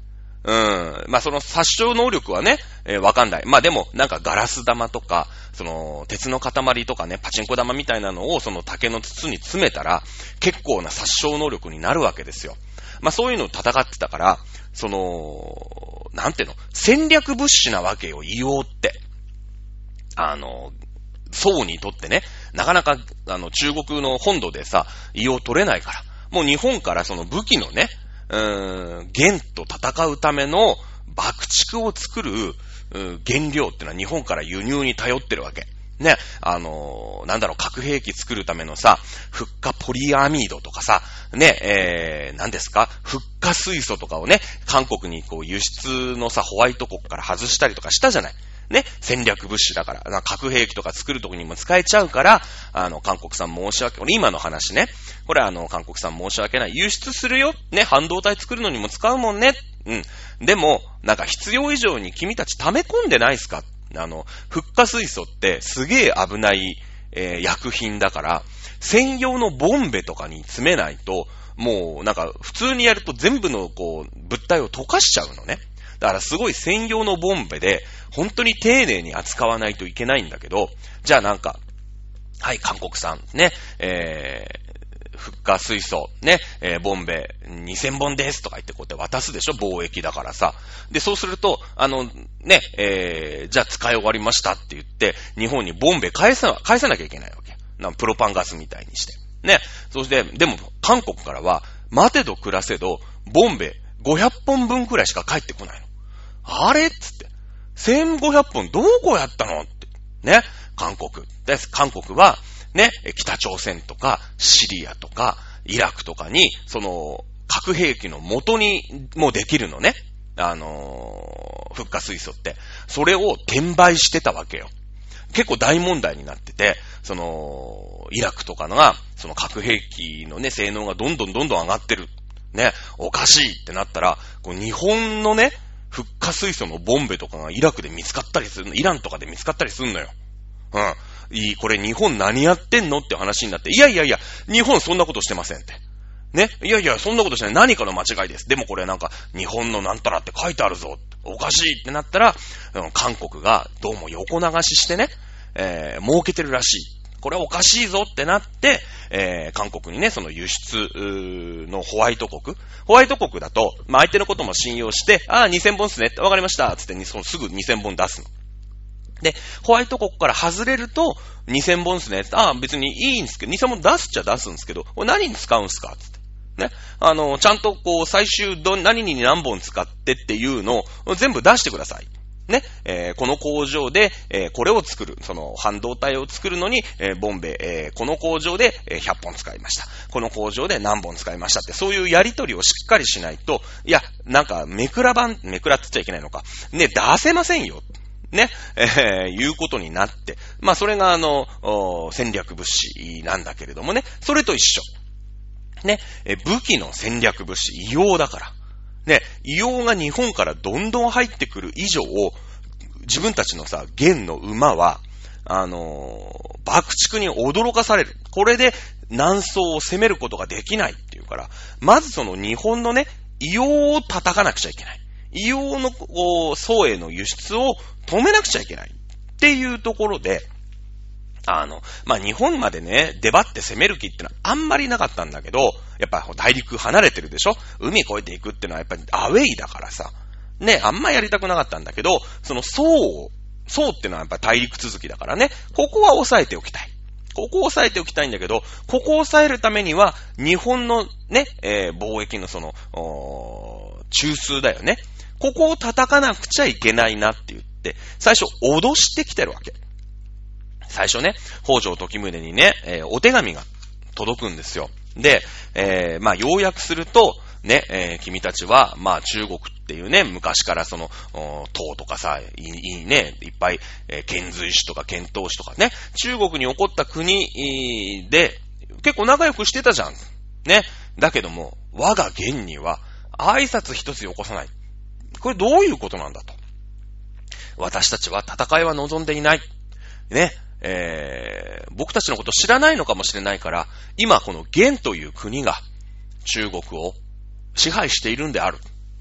うん。まあ、その殺傷能力はね、えー、わかんない。まあ、でも、なんかガラス玉とか、その、鉄の塊とかね、パチンコ玉みたいなのをその竹の筒に詰めたら、結構な殺傷能力になるわけですよ。まあ、そういうのを戦ってたから、その、なんていうの、戦略物資なわけよ、硫黄って。あの、宋にとってね、なかなか、あの、中国の本土でさ、硫黄取れないから。もう日本からその武器のね、うーん、元と戦うための爆竹を作る原料ってのは日本から輸入に頼ってるわけ。ね、あのー、なんだろう、核兵器作るためのさ、フッ化ポリアミードとかさ、ね、えー、何ですか、フッ化水素とかをね、韓国にこう輸出のさ、ホワイト国から外したりとかしたじゃない。ね、戦略物資だから、核兵器とか作るときにも使えちゃうから、あの、韓国産申し訳、今の話ね、これはあの、韓国産申し訳ない。輸出するよ。ね、半導体作るのにも使うもんね。うん。でも、なんか必要以上に君たち溜め込んでないっすか？あの、フッ化水素ってすげえ危ない、えー、薬品だから、専用のボンベとかに詰めないと、もうなんか普通にやると全部のこう、物体を溶かしちゃうのね。だからすごい専用のボンベで、本当に丁寧に扱わないといけないんだけど、じゃあなんか、はい、韓国産、ね、えー、フッ化水素、ね、えー、ボンベにせんぼんですとか言ってこうやって渡すでしょ、貿易だからさ。で、そうすると、あの、ね、えー、じゃあ使い終わりましたって言って、日本にボンベ返さ、返さなきゃいけないわけ。なんかプロパンガスみたいにして。ね、そして、でも、韓国からは、待てど暮らせど、ボンベごひゃっぽんぶんくらいしか返ってこないの。あれっつって。せんごひゃっぽんどこやったのって。ね。韓国です。韓国は、ね、北朝鮮とか、シリアとか、イラクとかに、その、核兵器の元にもできるのね。あのー、フッ化水素って。それを転売してたわけよ。結構大問題になってて、その、イラクとかのが、その核兵器のね、性能がどんどんどんどん上がってる。ね、おかしいってなったら、こう日本のね、フッ化水素のボンベとかがイラクで見つかったりするの、イランとかで見つかったりするのよ。うん。いい、これ日本何やってんのって話になって、いやいやいや、日本そんなことしてませんって。ね。いやいや、そんなことしてない。何かの間違いです。でもこれなんか、日本のなんたらって書いてあるぞ。おかしいってなったら、うん、韓国がどうも横流ししてね、えー、儲けてるらしい。これはおかしいぞってなって、えー、韓国にね、その輸出のホワイト国。ホワイト国だと、まあ、相手のことも信用して、ああ、にせんぼんっすねって、わかりました。つって、そのすぐにせんぼん出すの。で、ホワイト国から外れると、にせんぼんっすね。ああ、別にいいんですけど、にせんぼん出すっちゃ出すんですけど、これ何に使うんすかつって。ね。あの、ちゃんとこう、最終ど、何に何本使ってっていうのを全部出してください。ね、えー、この工場で、えー、これを作る、その半導体を作るのに、えー、ボンベ、えー、この工場で、えー、ひゃっぽん使いました。この工場で何本使いましたって、そういうやり取りをしっかりしないと、いや、なんか、めくら版、めくらって言っちゃいけないのか。ね、出せませんよ。ね、えー、いうことになって。まあ、それがあの、戦略物資なんだけれどもね、それと一緒。ね、えー、武器の戦略物資、硫黄だから。ね、硫黄が日本からどんどん入ってくる以上、自分たちのさ、元の馬は、あのー、爆竹に驚かされる。これで南宋を攻めることができないっていうから、まずその日本のね、硫黄を叩かなくちゃいけない。硫黄のこう宋への輸出を止めなくちゃいけないっていうところで、あの、まあ、日本までね、出張って攻める気ってのはあんまりなかったんだけど、やっぱ大陸離れてるでしょ？海越えていくってのはやっぱりアウェイだからさ。ね、あんまやりたくなかったんだけど、その宋を、宋ってのはやっぱ大陸続きだからね、ここは抑えておきたい。ここを抑えておきたいんだけど、ここを抑えるためには、日本のね、えー、貿易のその、中枢だよね。ここを叩かなくちゃいけないなって言って、最初脅してきてるわけ。最初ね、北条時宗にね、えー、お手紙が届くんですよ。で、えー、まあ、要約すると、ね、えー、君たちは、まあ、中国っていうね、昔からその、唐とかさ、いいね、いっぱい、えー、遣隋使とか遣唐使とかね、中国に起こった国で、結構仲良くしてたじゃん。ね。だけども、我が元には、挨拶一つよこさない。これどういうことなんだと。私たちは戦いは望んでいない。ね。えー、僕たちのこと知らないのかもしれないから、今この元という国が中国を支配しているんである。ね。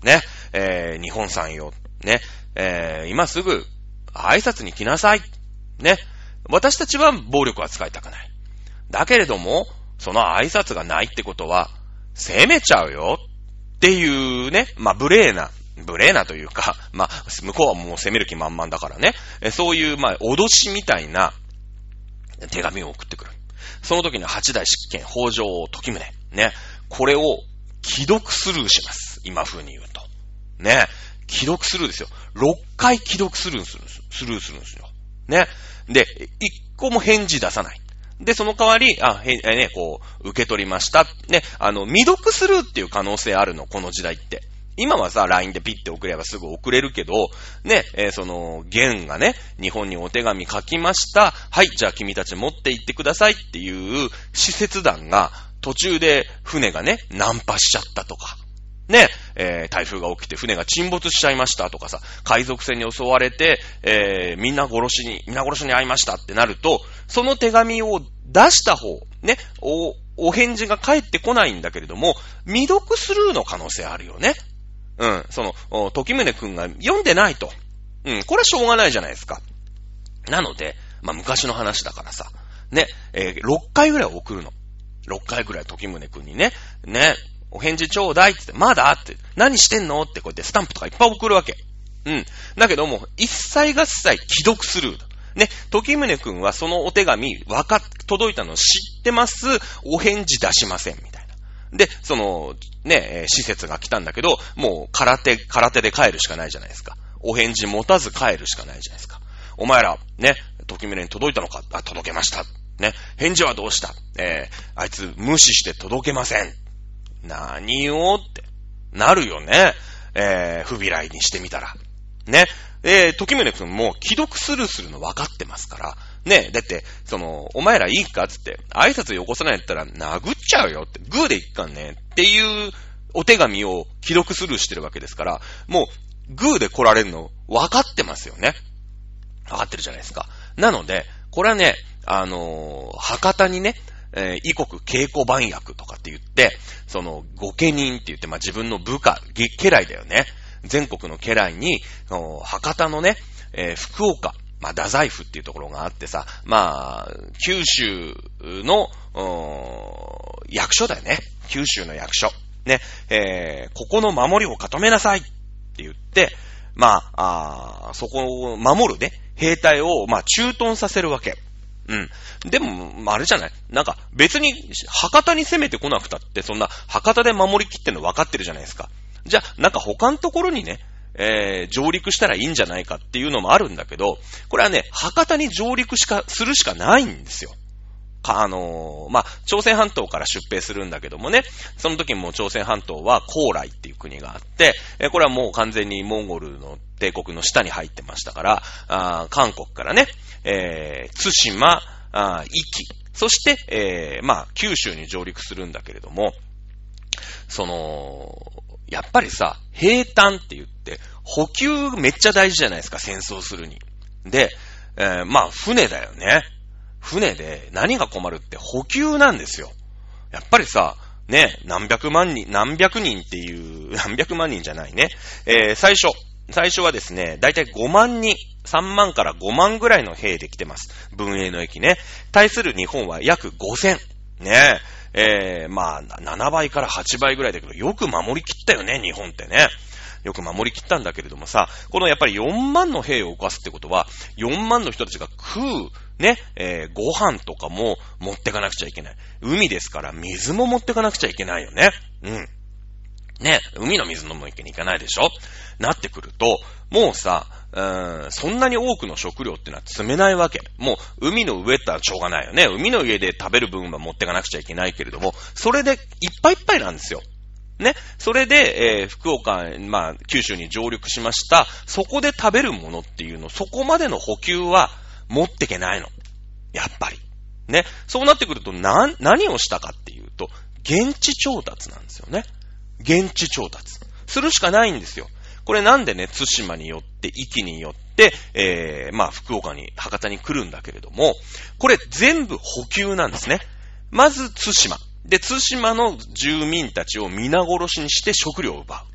えー、日本さんよ、ね、えー、今すぐ挨拶に来なさい。ね。私たちは暴力は使いたくない。だけれども、その挨拶がないってことは、責めちゃうよっていうね、まあ、無礼な、無礼なというか、まあ、向こうはもう責める気満々だからね、そういう、まあ、脅しみたいな手紙を送ってくる。その時の八代執権、北条時宗。ね。これを、既読スルーします。今風に言うと。ね。既読スルーですよ。ろっかい既読スルーするんです。スルーするんですよ。ね。で、いっこも返事出さない。で、その代わり、あ、へ、ね、こう、受け取りました。ね、あの、未読スルーっていう可能性あるの、この時代って。今はさ、ライン でピッて送ればすぐ送れるけど、ね、えー、その、元がね、日本にお手紙書きました。はい、じゃあ君たち持って行ってくださいっていう使節団が、途中で船がね、難破しちゃったとか。ね、えー、台風が起きて船が沈没しちゃいましたとかさ、海賊船に襲われて、えー、みんな殺しに、みんな殺しに遭いましたってなると、その手紙を出した方、ね、お、お返事が返ってこないんだけれども、未読スルーの可能性あるよね。うん、その、時宗くんが読んでないと。うん、これはしょうがないじゃないですか。なので、まあ、昔の話だからさ、ね、えー、ろっかいぐらい送るの。ろっかいぐらい時宗くんにね、ね、お返事ちょうだいって言って、まだって、何してんのってこうやってスタンプとかいっぱい送るわけ。うん。だけども、一切合切既読スルー。ね、時宗くんはそのお手紙、わかっ、届いたの知ってます、お返事出しません、みたいな。で、その、ね、施設が来たんだけど、もう空手、空手で帰るしかないじゃないですか。お返事持たず帰るしかないじゃないですか。お前ら、ね、時宗に届いたのか、あ、届けました。ね、返事はどうした？えー、あいつ無視して届けません。何よってなるよね。えー、不備来にしてみたら。ね。えー、時宗くんも既読スルーするの分かってますから。ね。だって、その、お前らいいかつって、挨拶よこさないやったら殴っちゃうよって、グーでいっかんねっていうお手紙を既読スルーしてるわけですから、もう、グーで来られるの分かってますよね。分かってるじゃないですか。なので、これはね、あのー、博多にね、えー、異国稽古番役とかって言って、その、御家人って言って、まあ、自分の部下、家来だよね。全国の家来に、博多のね、えー、福岡、まあ、太宰府っていうところがあってさ、まあ、九州の、役所だよね。九州の役所。ね、えー、ここの守りを固めなさいって言って、まあ、あそこを守るね、兵隊を、まあ、駐屯させるわけ。うん。でも、あれじゃない？なんか、別に、博多に攻めてこなくたって、そんな、博多で守りきってんの分かってるじゃないですか。じゃあ、なんか他のところにね、えー、上陸したらいいんじゃないかっていうのもあるんだけど、これはね、博多に上陸しか、するしかないんですよ。か、あのー、まあ、朝鮮半島から出兵するんだけどもね、その時も朝鮮半島は高麗っていう国があって、えー、これはもう完全にモンゴルの帝国の下に入ってましたから、あ韓国からね、えー、対馬、あ壱岐、そして、えー、まあ、九州に上陸するんだけれども、その、やっぱりさ、兵站って言って、補給めっちゃ大事じゃないですか、戦争するに。で、えー、まあ、船だよね。船で何が困るって補給なんですよ。やっぱりさ、ね、何百万人、何百人っていう、何百万人じゃないね。えー、最初、最初はですね、だいたいごまんにん、さんまんからごまんぐらいの兵で来てます。文英の駅ね。対する日本は約ごせん。ねえー、まあ、ななばいからはちばいぐらいだけど、よく守りきったよね、日本ってね。よく守りきったんだけれどもさ、このやっぱりよんまんの兵を動かすってことは、よんまんの人たちが食う、ね、えー、ご飯とかも持ってかなくちゃいけない。海ですから水も持ってかなくちゃいけないよね。うん。ね、海の水飲むわけにいかないでしょ？なってくると、もうさ、うーん、そんなに多くの食料ってのは積めないわけ。もう海の上ってのはしょうがないよね。海の上で食べる分は持ってかなくちゃいけないけれども、それでいっぱいいっぱいなんですよ。ね。それで、えー、福岡、まあ、九州に上陸しました。そこで食べるものっていうの、そこまでの補給は持ってけないの。やっぱり。ね。そうなってくると、な、何をしたかっていうと、現地調達なんですよね。現地調達。するしかないんですよ。これなんでね、対馬によって、壱岐によって、えー、まあ、福岡に、博多に来るんだけれども、これ全部補給なんですね。まず、対馬。で、対馬の住民たちを皆殺しにして食料を奪う。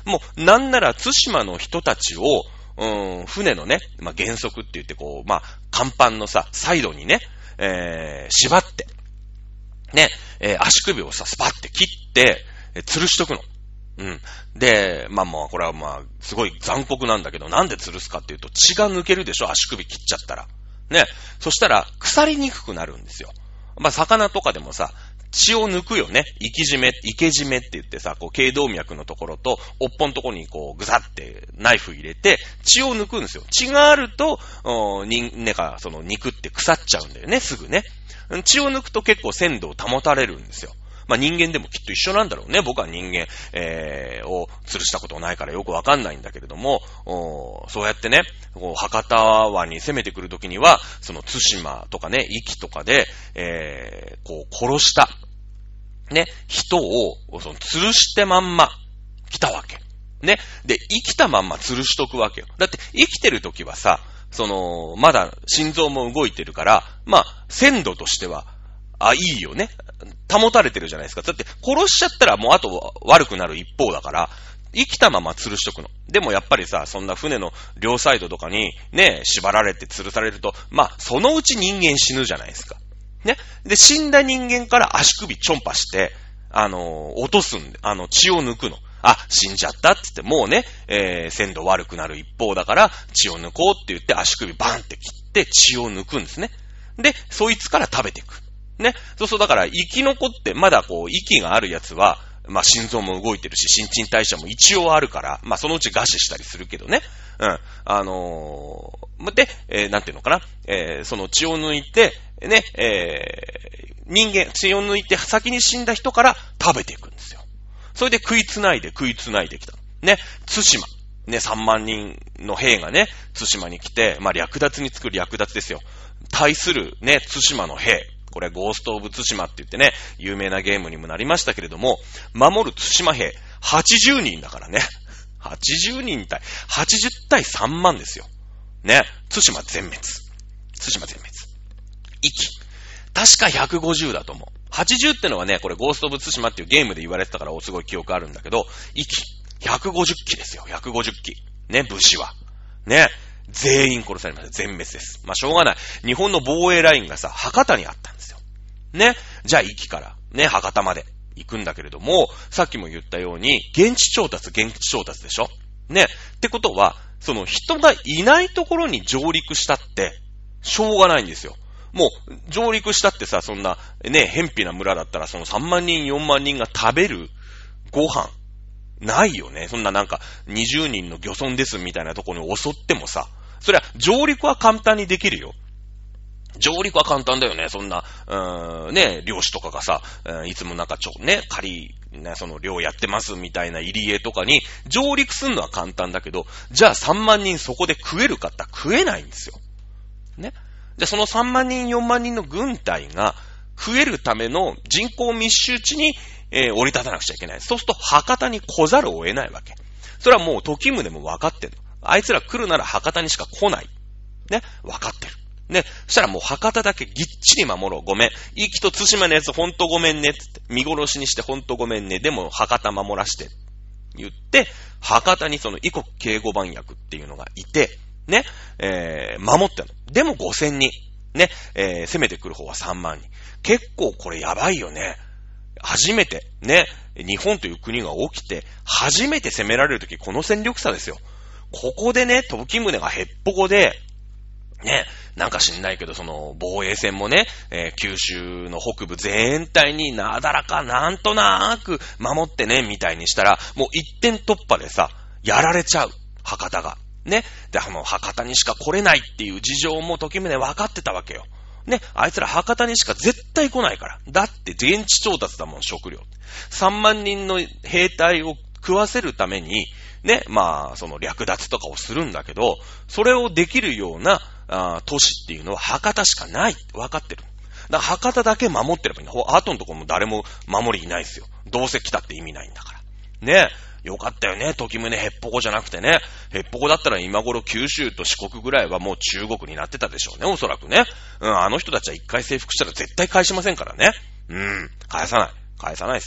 もうなんなら対馬の人たちを、うん、船のね、まあ、原則って言ってこう、まあ、甲板のさ、サイドにね、えー、縛って、ね、えー、足首をさ、スパって切って、えー、吊るしとくの。うん。で、まあまあ、これはまあ、すごい残酷なんだけど、なんで吊るすかっていうと、血が抜けるでしょ、足首切っちゃったら。ね。そしたら、腐りにくくなるんですよ。まあ、魚とかでもさ、血を抜くよね。生き締め、生け締めって言ってさ、こう、頸動脈のところと、おっぽんところにこう、ぐざってナイフ入れて、血を抜くんですよ。血があると、に、ねか、その肉って腐っちゃうんだよね、すぐね。血を抜くと結構鮮度を保たれるんですよ。まあ、人間でもきっと一緒なんだろうね。僕は人間、えー、を吊るしたことないからよくわかんないんだけれども、そうやってね、こう博多湾に攻めてくるときには、その対馬とかね、壱岐とかで、えー、こう殺した、ね、人をその吊るしてまんま来たわけ。ね。で、生きたまんま吊るしとくわけよ。だって生きてるときはさ、その、まだ心臓も動いてるから、まあ、鮮度としては、あ、いいよね。保たれてるじゃないですか。だって殺しちゃったらもうあと悪くなる一方だから、生きたまま吊るしとくの。でもやっぱりさ、そんな船の両サイドとかにね、縛られて吊るされると、まあ、そのうち人間死ぬじゃないですか。ね。で、死んだ人間から足首ちょんぱして、あのー、落とすんで、あの、血を抜くの。あ、死んじゃったって言って、もうね、えー、鮮度悪くなる一方だから、血を抜こうって言って足首バンって切って血を抜くんですね。で、そいつから食べていく。ね。そうそう、だから、生き残って、まだこう、息があるやつは、まあ、心臓も動いてるし、新陳代謝も一応あるから、まあ、そのうち餓死したりするけどね。うん。あのー、で、えー、なんていうのかな。えー、その血を抜いて、ね、えー、人間、血を抜いて先に死んだ人から食べていくんですよ。それで食いつないで食いつないできた。ね。対馬。ね、さんまんにんの兵がね、対馬に来て、まあ、略奪につく略奪ですよ。対するね、対馬の兵。これ、ゴースト・オブ・ツシマって言ってね、有名なゲームにもなりましたけれども、守る対馬兵、はちじゅうにんだからね。はちじゅうにん対、はちじゅう対さんまんですよ。ね。対馬全滅。対馬全滅。壱岐。確かひゃくごじゅうだと思う。はちじゅうってのはね、これ、ゴースト・オブ・ツシマっていうゲームで言われてたから、すごい記憶あるんだけど、壱岐。ひゃくごじゅっきですよ。ひゃくごじゅっき。ね、武士は。ね。全員殺されました。全滅です。まあ、しょうがない。日本の防衛ラインがさ、博多にあったんですよ。ね。じゃあ、壱岐から、ね、博多まで行くんだけれども、さっきも言ったように、現地調達、現地調達でしょ。ね。ってことは、その人がいないところに上陸したって、しょうがないんですよ。もう、上陸したってさ、そんな、ね、偏僻な村だったら、そのさんまんにん、よんまんにんが食べるご飯、ないよね。そんななんか、にじゅうにんの漁村ですみたいなところに襲ってもさ、そりゃ、上陸は簡単にできるよ。上陸は簡単だよね。そんな、うーん、ね、漁師とかがさ、いつもなんかちょ、ね、仮、ね、その漁やってますみたいな入り江とかに、上陸するのは簡単だけど、じゃあさんまんにんそこで食えるかって食えないんですよ。ね。じゃあそのさんまんにん、よんまんにんの軍隊が、増えるための人口密集地に、えー、降り立たなくちゃいけない。そうすると博多に来ざるを得ないわけ。それはもう時宗も分かってるの。あいつら来るなら博多にしか来ない。ね。分かってる。ね。そしたらもう博多だけぎっちり守ろう。ごめん。壱岐と対馬のやつほんとごめんね。つって。見殺しにしてほんとごめんね。でも博多守らして。言って、博多にその異国警護番役っていうのがいて、ね。えー、守ってんの。でもごせんにん。ね。えー、攻めてくる方はさんまんにん。結構これやばいよね。初めて、ね。日本という国が起きて、初めて攻められるとき、この戦力差ですよ。ここでね、時宗がへっぽこで、ね、なんか知んないけど、その、防衛戦もね、えー、九州の北部全体になだらかなんとなーく守ってね、みたいにしたら、もう一点突破でさ、やられちゃう。博多が。ね。で、あの、博多にしか来れないっていう事情も時宗分かってたわけよ。ね。あいつら博多にしか絶対来ないから。だって現地調達だもん、食料。さんまんにんの兵隊を食わせるために、ね。まあ、その略奪とかをするんだけど、それをできるような、あ都市っていうのは博多しかない。分かってる。だから博多だけ守ってればいいんだ。あとのところも誰も守りいないですよ。どうせ来たって意味ないんだから。ね。よかったよね。時宗へっぽこじゃなくてね。へっぽこだったら今頃九州と四国ぐらいはもう中国になってたでしょうね。おそらくね。うん、あの人たちは一回征服したら絶対返しませんからね。うん、返さない。返さないっすよ。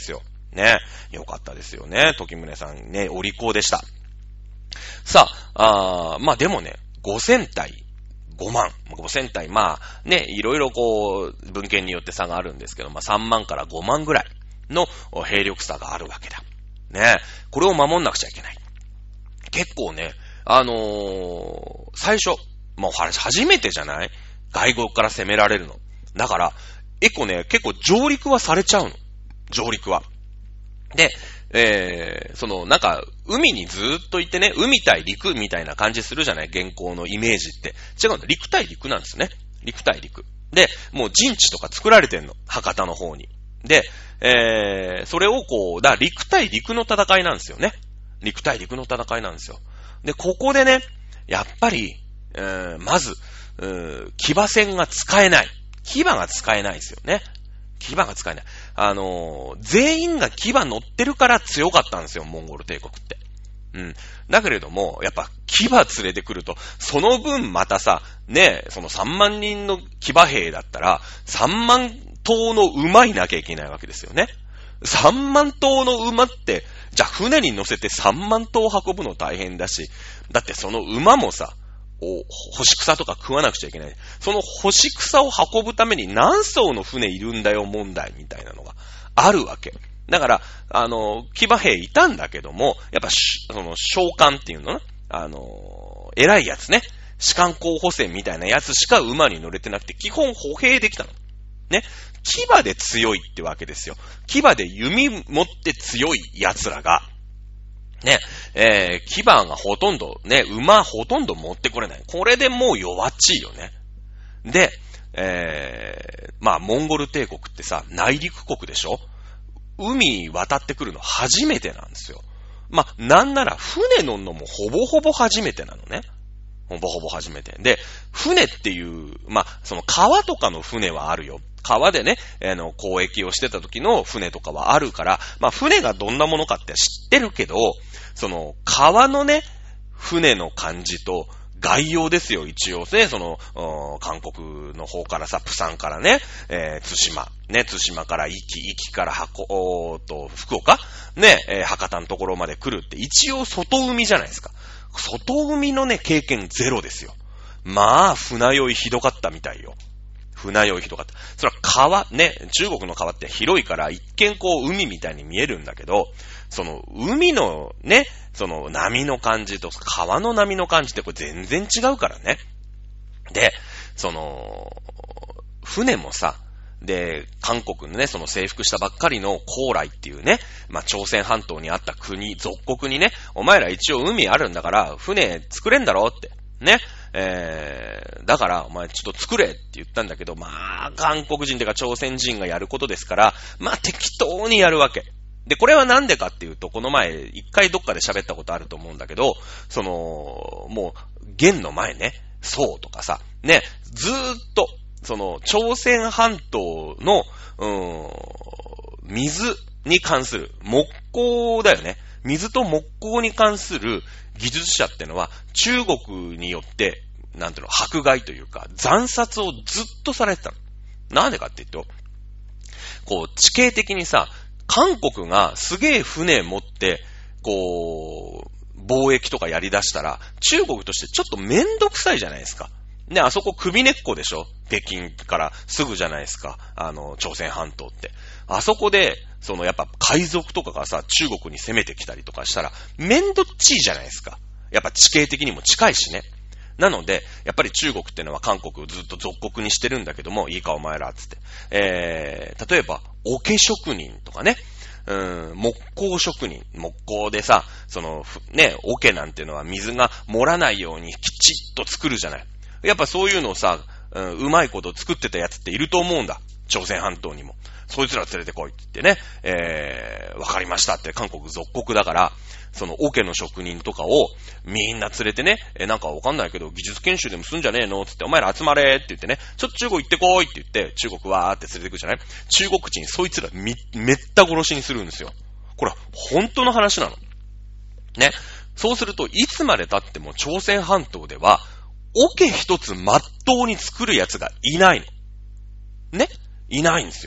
ね。よかったですよね。時宗さんね、お利口でした。さあ、あまあでもね、ごせん対ごまん。ごせん対、まあね、いろいろこう、文献によって差があるんですけど、まあさんまんからごまんぐらいの兵力差があるわけだ。ね。これを守んなくちゃいけない。結構ね、あのー、最初、もう初めてじゃない？外国から攻められるの。だから、エコね、結構上陸はされちゃうの。上陸は。で、えー、その、なんか、海にずーっといてね、海対陸みたいな感じするじゃない？現行のイメージって。違うの。陸対陸なんですね。陸対陸。で、もう陣地とか作られてんの。博多の方に。で、えー、それをこう、だから陸対陸の戦いなんですよね。陸対陸の戦いなんですよ。で、ここでね、やっぱり、えー、まず、うー、騎馬戦が使えない。騎馬が使えないですよね。騎馬が使えない。あのー、全員が騎馬乗ってるから強かったんですよ、モンゴル帝国って。うん。だけれども、やっぱ騎馬連れてくると、その分またさ、ね、そのさんまんにんの騎馬兵だったら、さんまん頭の馬いなきゃいけないわけですよね。さんまん頭の馬って、じゃあ船に乗せてさんまん頭運ぶの大変だし、だってその馬もさ、お干し草とか食わなくちゃいけない。その干し草を運ぶために何艘の船いるんだよ問題みたいなのがあるわけ。だから、あの、騎馬兵いたんだけども、やっぱ、その、将官っていうのね、あの、偉いやつね、士官候補生みたいなやつしか馬に乗れてなくて、基本歩兵できたの。ね。騎馬で強いってわけですよ。騎馬で弓持って強い奴らが、ね、えー、騎馬がほとんど、ね、馬ほとんど持ってこれない。これでもう弱っちいよね。で、えー、まあ、モンゴル帝国ってさ、内陸国でしょ？海渡ってくるの初めてなんですよ。まあ、なんなら船乗んのもほぼほぼ初めてなのね。ほぼほぼ初めて。で、船っていう、まあ、その川とかの船はあるよ。川でね、あの、交易をしてた時の船とかはあるから、まあ、船がどんなものかって知ってるけど、その、川のね、船の感じと、概要ですよ、一応ね、その、韓国の方からさ、プサンからね、えー、対馬、ね、対馬から壱岐、壱岐から箱、おーと、福岡ね、えー、博多のところまで来るって、一応外海じゃないですか。外海のね、経験ゼロですよ。まあ、船酔いひどかったみたいよ。船酔いひどかった。それは川、ね、中国の川って広いから、一見こう、海みたいに見えるんだけど、その、海のね、その波の感じと川の波の感じってこれ全然違うからね。で、その、船もさ、で、韓国のね、その征服したばっかりの高麗っていうね、まあ、朝鮮半島にあった国、属国にね、お前ら一応海あるんだから、船作れんだろって、ね。えー、だから、お前ちょっと作れって言ったんだけど、まあ、韓国人とか朝鮮人がやることですから、まあ、適当にやるわけ。で、これはなんでかっていうと、この前、一回どっかで喋ったことあると思うんだけど、その、もう、元の前ね、宋とかさ、ね、ずーっと、その、朝鮮半島の、うーん、水に関する、木工だよね。水と木工に関する技術者ってのは、中国によって、なんていうの、迫害というか、惨殺をずっとされてたの。なんでかっていうと、こう、地形的にさ、韓国がすげえ船持って、こう、貿易とかやり出したら、中国としてちょっとめんどくさいじゃないですか。ね、あそこ首根っこでしょ？北京からすぐじゃないですか。あの、朝鮮半島って。あそこで、そのやっぱ海賊とかがさ、中国に攻めてきたりとかしたら、めんどっちいじゃないですか。やっぱ地形的にも近いしね。なので、やっぱり中国ってのは韓国をずっと属国にしてるんだけども、いいかお前ら、つって。えー、例えば、桶職人とかね、うーん、木工職人、木工でさ、その、ね、桶なんてのは水が盛らないようにきちっと作るじゃない。やっぱそういうのをさ、うん、うまいこと作ってたやつっていると思うんだ。朝鮮半島にも。そいつら連れてこいって言ってね、えー、わかりましたって韓国属国だから、その桶の職人とかをみんな連れてね、え、なんかわかんないけど技術研修でもすんじゃねえのつって、お前ら集まれって言ってね、ちょっと中国行ってこいって言って、中国わーって連れてくじゃない？中国人そいつらみ、めった殺しにするんですよ。これは本当の話なの。ね。そうすると、いつまで経っても朝鮮半島では、桶一つまっとうに作るやつがいないの。ね？いないんですよ。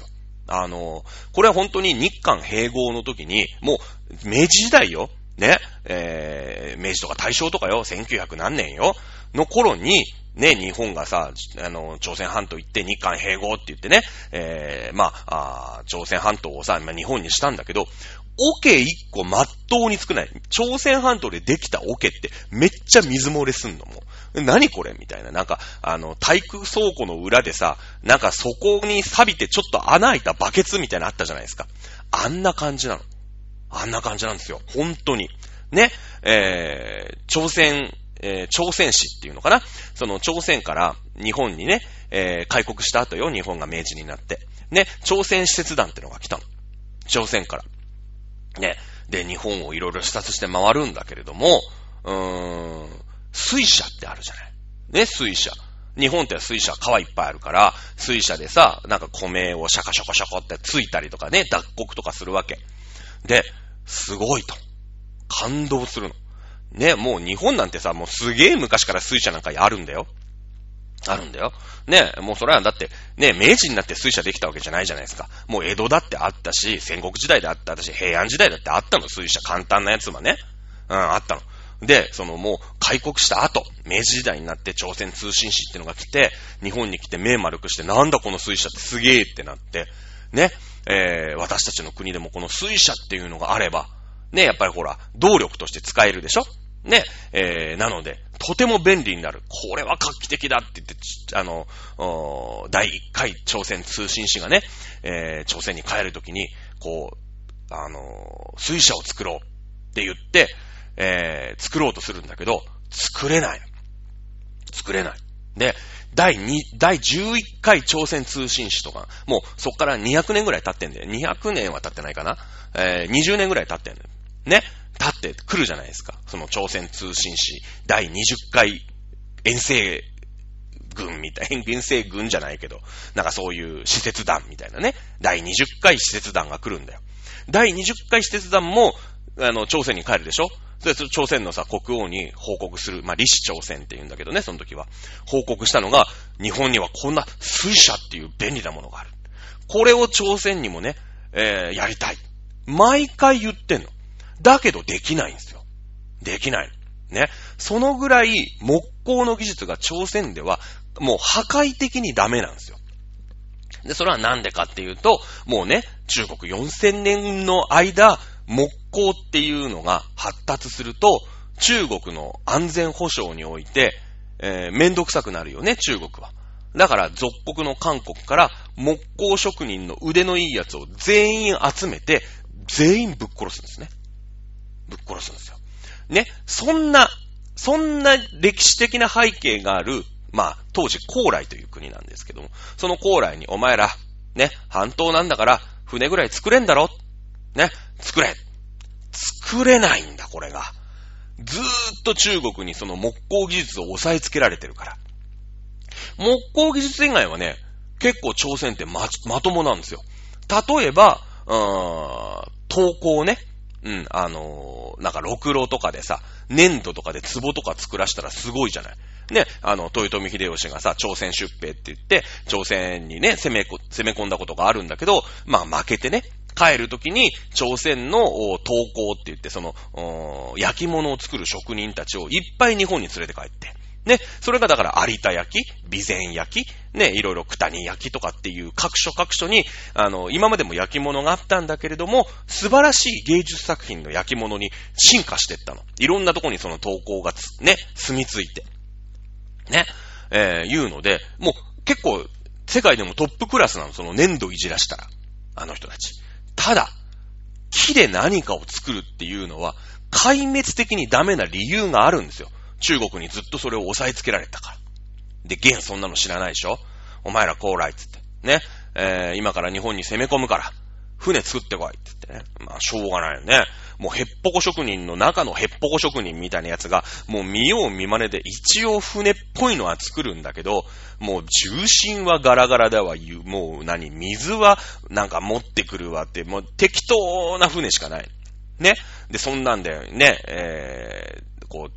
あの、これは本当に日韓併合の時に、もう明治時代よ。ね。えー、明治とか大正とかよ。せんきゅうひゃく何年よ。の頃に、ね、日本がさ、あの、朝鮮半島行って日韓併合って言ってね、えー、まあ、あ朝鮮半島をさ、日本にしたんだけど、桶一個まっとうに作らない。朝鮮半島でできた桶ってめっちゃ水漏れすんのもう。何これみたいな。なんか、あの、体育倉庫の裏でさ、なんかそこに錆びてちょっと穴開いたバケツみたいなのあったじゃないですか。あんな感じなの。あんな感じなんですよ。本当に。ね、えー、朝鮮、えー、朝鮮史っていうのかな。その朝鮮から日本にね、えー、開国した後よ、日本が明治になって。ね、朝鮮使節団ってのが来たの。朝鮮から。ね。で、日本をいろいろ視察して回るんだけれども、うーん、水車ってあるじゃない。ね、水車。日本って水車川いっぱいあるから、水車でさ、なんか米をシャカシャカシャカってついたりとかね、脱穀とかするわけ。で、すごいと。感動するの。ね、もう日本なんてさ、もうすげえ昔から水車なんかあるんだよ。あるんだよ。ね、もうそれはだって、ね、明治になって水車できたわけじゃないじゃないですか。もう江戸だってあったし、戦国時代であったし、平安時代だってあったの、水車。簡単なやつはね。うん、あったの。で、そのもう開国した後、明治時代になって朝鮮通信使ってのが来て、日本に来て目丸くして、なんだこの水車ってすげえってなって、ね、えー、私たちの国でもこの水車っていうのがあれば、ね、やっぱりほら、動力として使えるでしょね、えー、なので、とても便利になる。これは画期的だって言って、あの、だいいっかい朝鮮通信使がね、えー、朝鮮に帰るときに、こう、あの、水車を作ろうって言って、えー、作ろうとするんだけど、作れない。作れない。で、第に、第じゅういっかい朝鮮通信使とか、もうそっからにひゃくねんぐらい経ってんだよ。にひゃくねんは経ってないかな。えー、にじゅうねんぐらい経ってんだよ。ね。経ってくるじゃないですか。その朝鮮通信使第にじゅっかい遠征軍みたい、遠征軍じゃないけど、なんかそういう使節団みたいなね。第にじゅっかい使節団が来るんだよ。第にじゅっかい使節団も、あの、朝鮮に帰るでしょ。で、朝鮮のさ、国王に報告する。まあ、李氏朝鮮って言うんだけどね、その時は。報告したのが、日本にはこんな水車っていう便利なものがある。これを朝鮮にもね、えー、やりたい。毎回言ってんの。だけどできないんですよ。できない。ね。そのぐらい木工の技術が朝鮮ではもう破壊的にダメなんですよ。で、それはなんでかっていうと、もうね、中国よんせんねんの間、木工っていうのが発達すると、中国の安全保障において、えー、めんどくさくなるよね、中国は。だから、属国の韓国から木工職人の腕のいいやつを全員集めて、全員ぶっ殺すんですね。ぶっ殺すんですよ。ね。そんな、そんな歴史的な背景がある、まあ、当時、高麗という国なんですけども、その高麗にお前ら、ね、半島なんだから、船ぐらい作れんだろね、作れ作れないんだ、これが。ずーっと中国にその木工技術を抑えつけられてるから。木工技術以外はね、結構朝鮮ってま、まともなんですよ。例えば、うーん、陶工ね。うん、あのー、なんか、ろくろとかでさ、粘土とかで壺とか作らしたらすごいじゃない。ね、あの、豊臣秀吉がさ、朝鮮出兵って言って、朝鮮にね、攻めこ、攻め込んだことがあるんだけど、まあ負けてね、帰るときに、朝鮮の陶工って言って、その、焼き物を作る職人たちをいっぱい日本に連れて帰って、ね、それがだから有田焼き、備前焼き、ね、いろいろ九谷焼きとかっていう各所各所に、あの、今までも焼き物があったんだけれども、素晴らしい芸術作品の焼き物に進化していったの。いろんなとこにその陶工がつ、ね、住み着いて。ね、えー、いうので、もう結構世界でもトップクラスなの、その粘土いじらしたら。あの人たち。ただ、木で何かを作るっていうのは、壊滅的にダメな理由があるんですよ。中国にずっとそれを押さえつけられたから。で、現そんなの知らないでしょ？お前ら高麗っつって。ね。えー、今から日本に攻め込むから、船作ってこいっつってね。まあ、しょうがないよね。もうヘッポコ職人の中のヘッポコ職人みたいなやつが、もう見よう見まねで一応船っぽいのは作るんだけど、もう重心はガラガラだわ、もう何、水はなんか持ってくるわって、もう適当な船しかない。ね。で、そんなんでね、えー、こう、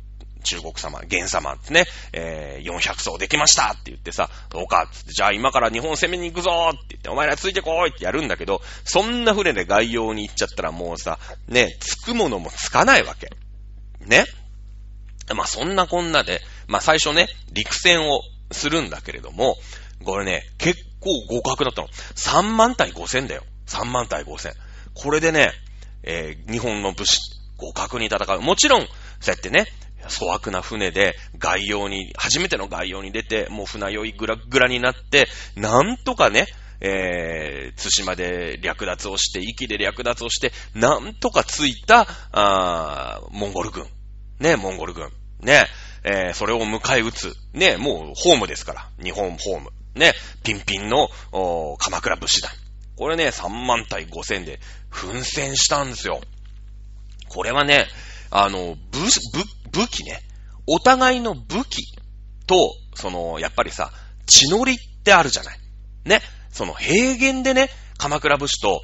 中国様、元様ってね、えー、よんひゃくそうできましたって言ってさ、そうかって、じゃあ今から日本攻めに行くぞって言って、お前らついてこいってやるんだけど、そんな船で外洋に行っちゃったらもうさ、ね、つくものもつかないわけ。ね。まあそんなこんなで、まあ最初ね、陸戦をするんだけれども、これね、結構互角だったの。さんまん対ごせんだよ。さんまん対ごせん。これでね、えー、日本の武士、互角に戦う。もちろん、そうやってね、粗悪な船で外洋に、初めての外洋に出て、もう船酔いグラグラになって、なんとかね、えー、対馬で略奪をして、壱岐で略奪をして、なんとかついた、あー、モンゴル軍。ね、モンゴル軍。ね、えー、それを迎え撃つ。ね、もうホームですから。日本ホーム。ね、ピンピンの、鎌倉武士団。これね、さんまん対ごせんで奮戦したんですよ。これはね、あの、武、武、武器ね。お互いの武器と、その、やっぱりさ、血のりってあるじゃない。ね。その平原でね、鎌倉武士と、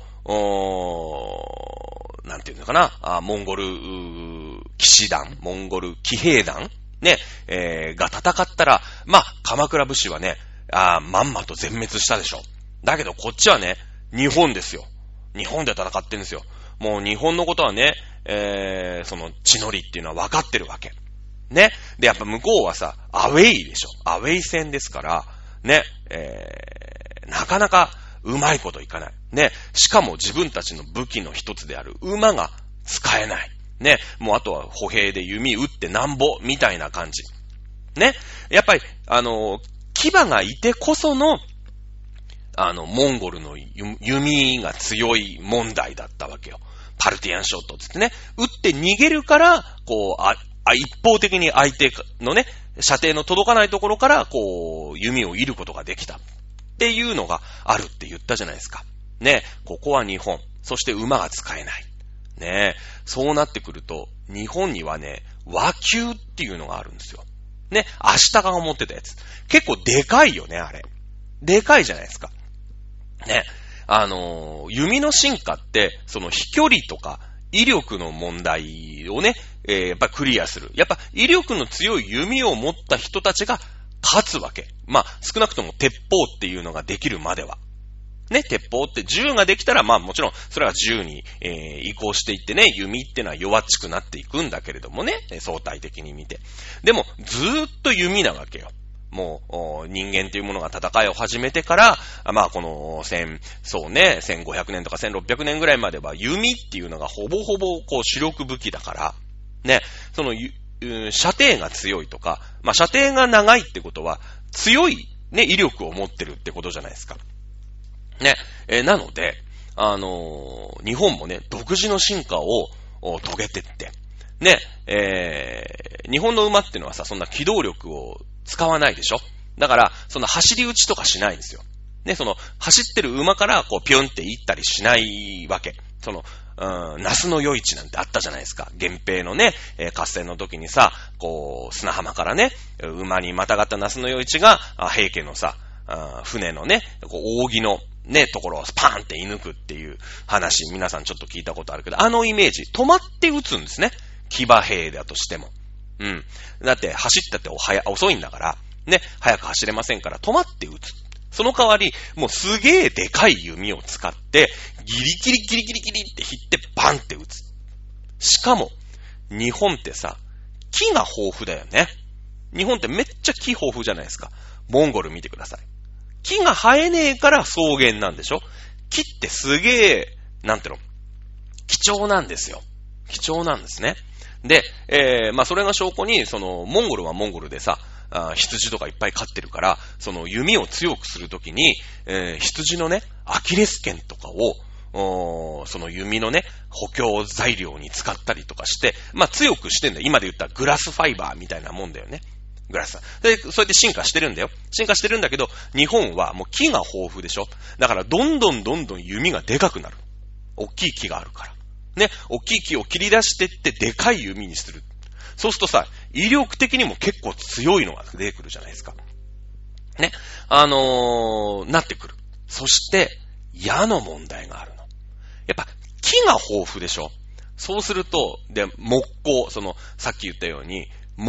おー、なんていうのかな、あモンゴル、騎士団、モンゴル騎兵団ね、えー、が戦ったら、まあ、鎌倉武士はね、あまんまと全滅したでしょ。だけどこっちはね、日本ですよ。日本で戦ってるんですよ。もう日本のことはね、えー、その血のりっていうのは分かってるわけ。ね。で、やっぱ向こうはさ、アウェイでしょ。アウェイ戦ですから、ね、えー、なかなかうまいこといかない。ね。しかも自分たちの武器の一つである馬が使えない。ね。もうあとは歩兵で弓打ってなんぼみたいな感じ。ね。やっぱり、あのー、牙がいてこその、あの、モンゴルの弓が強い問題だったわけよ。パルティアンショットつってね。撃って逃げるから、こう、あ、あ一方的に相手のね、射程の届かないところから、こう、弓を射ることができた。っていうのがあるって言ったじゃないですか。ね。ここは日本。そして馬が使えない。ね。そうなってくると、日本にはね、和弓っていうのがあるんですよ。ね。アシタカが持ってたやつ。結構でかいよね、あれ。でかいじゃないですか。ね。あのー、弓の進化って、その飛距離とか威力の問題をね、えー、やっぱクリアする。やっぱ威力の強い弓を持った人たちが勝つわけ。まあ、少なくとも鉄砲っていうのができるまでは。ね、鉄砲って銃ができたら、まあもちろん、それは銃に、えー、移行していってね、弓ってのは弱っちくなっていくんだけれどもね、相対的に見て。でも、ずーっと弓なわけよ。もう、人間というものが戦いを始めてから、まあこの、千、そうね、千五百年とか千六百年ぐらいまでは弓っていうのがほぼほぼこう主力武器だから、ね、その、射程が強いとか、まあ射程が長いってことは、強いね、威力を持ってるってことじゃないですか。ね、えー、なので、あのー、日本もね、独自の進化を遂げてって、ね、えー、日本の馬っていうのはさ、そんな機動力を使わないでしょ。だから、その走り打ちとかしないんですよ。ね、その、走ってる馬から、こう、ピュンって行ったりしないわけ。その、うん、那須の夜市なんてあったじゃないですか。源平のね、えー、合戦の時にさ、こう、砂浜からね、馬にまたがった那須の夜市が、平家のさ、船のね、こう、扇のね、ところをスパーンって射抜くっていう話、皆さんちょっと聞いたことあるけど、あのイメージ、止まって撃つんですね。騎馬兵だとしても。うん。だって走ったって遅いんだから、ね、早く走れませんから止まって撃つ。その代わり、もうすげえでかい弓を使って、ギリギリギリギリギリって引ってバンって撃つ。しかも、日本ってさ、木が豊富だよね。日本ってめっちゃ木豊富じゃないですか。モンゴル見てください。木が生えねえから草原なんでしょ。木ってすげえ、なんていうの、貴重なんですよ。貴重なんですね。で、えー、まあそれが証拠に、その、モンゴルはモンゴルでさ、あ羊とかいっぱい飼ってるから、その弓を強くするときに、えー、羊のね、アキレス腱とかを、その弓のね、補強材料に使ったりとかして、まあ強くしてんだよ。今で言ったグラスファイバーみたいなもんだよね。グラス。で、そうやって進化してるんだよ。進化してるんだけど、日本はもう木が豊富でしょ。だからどんどんどんどん弓がでかくなる。大きい木があるから。ね、大きい木を切り出してってでかい弓にする。そうするとさ、威力的にも結構強いのが出てくるじゃないですか。ね。あのー、なってくる。そして、矢の問題があるの。やっぱ、木が豊富でしょ。そうすると、で、木工、その、さっき言ったように、木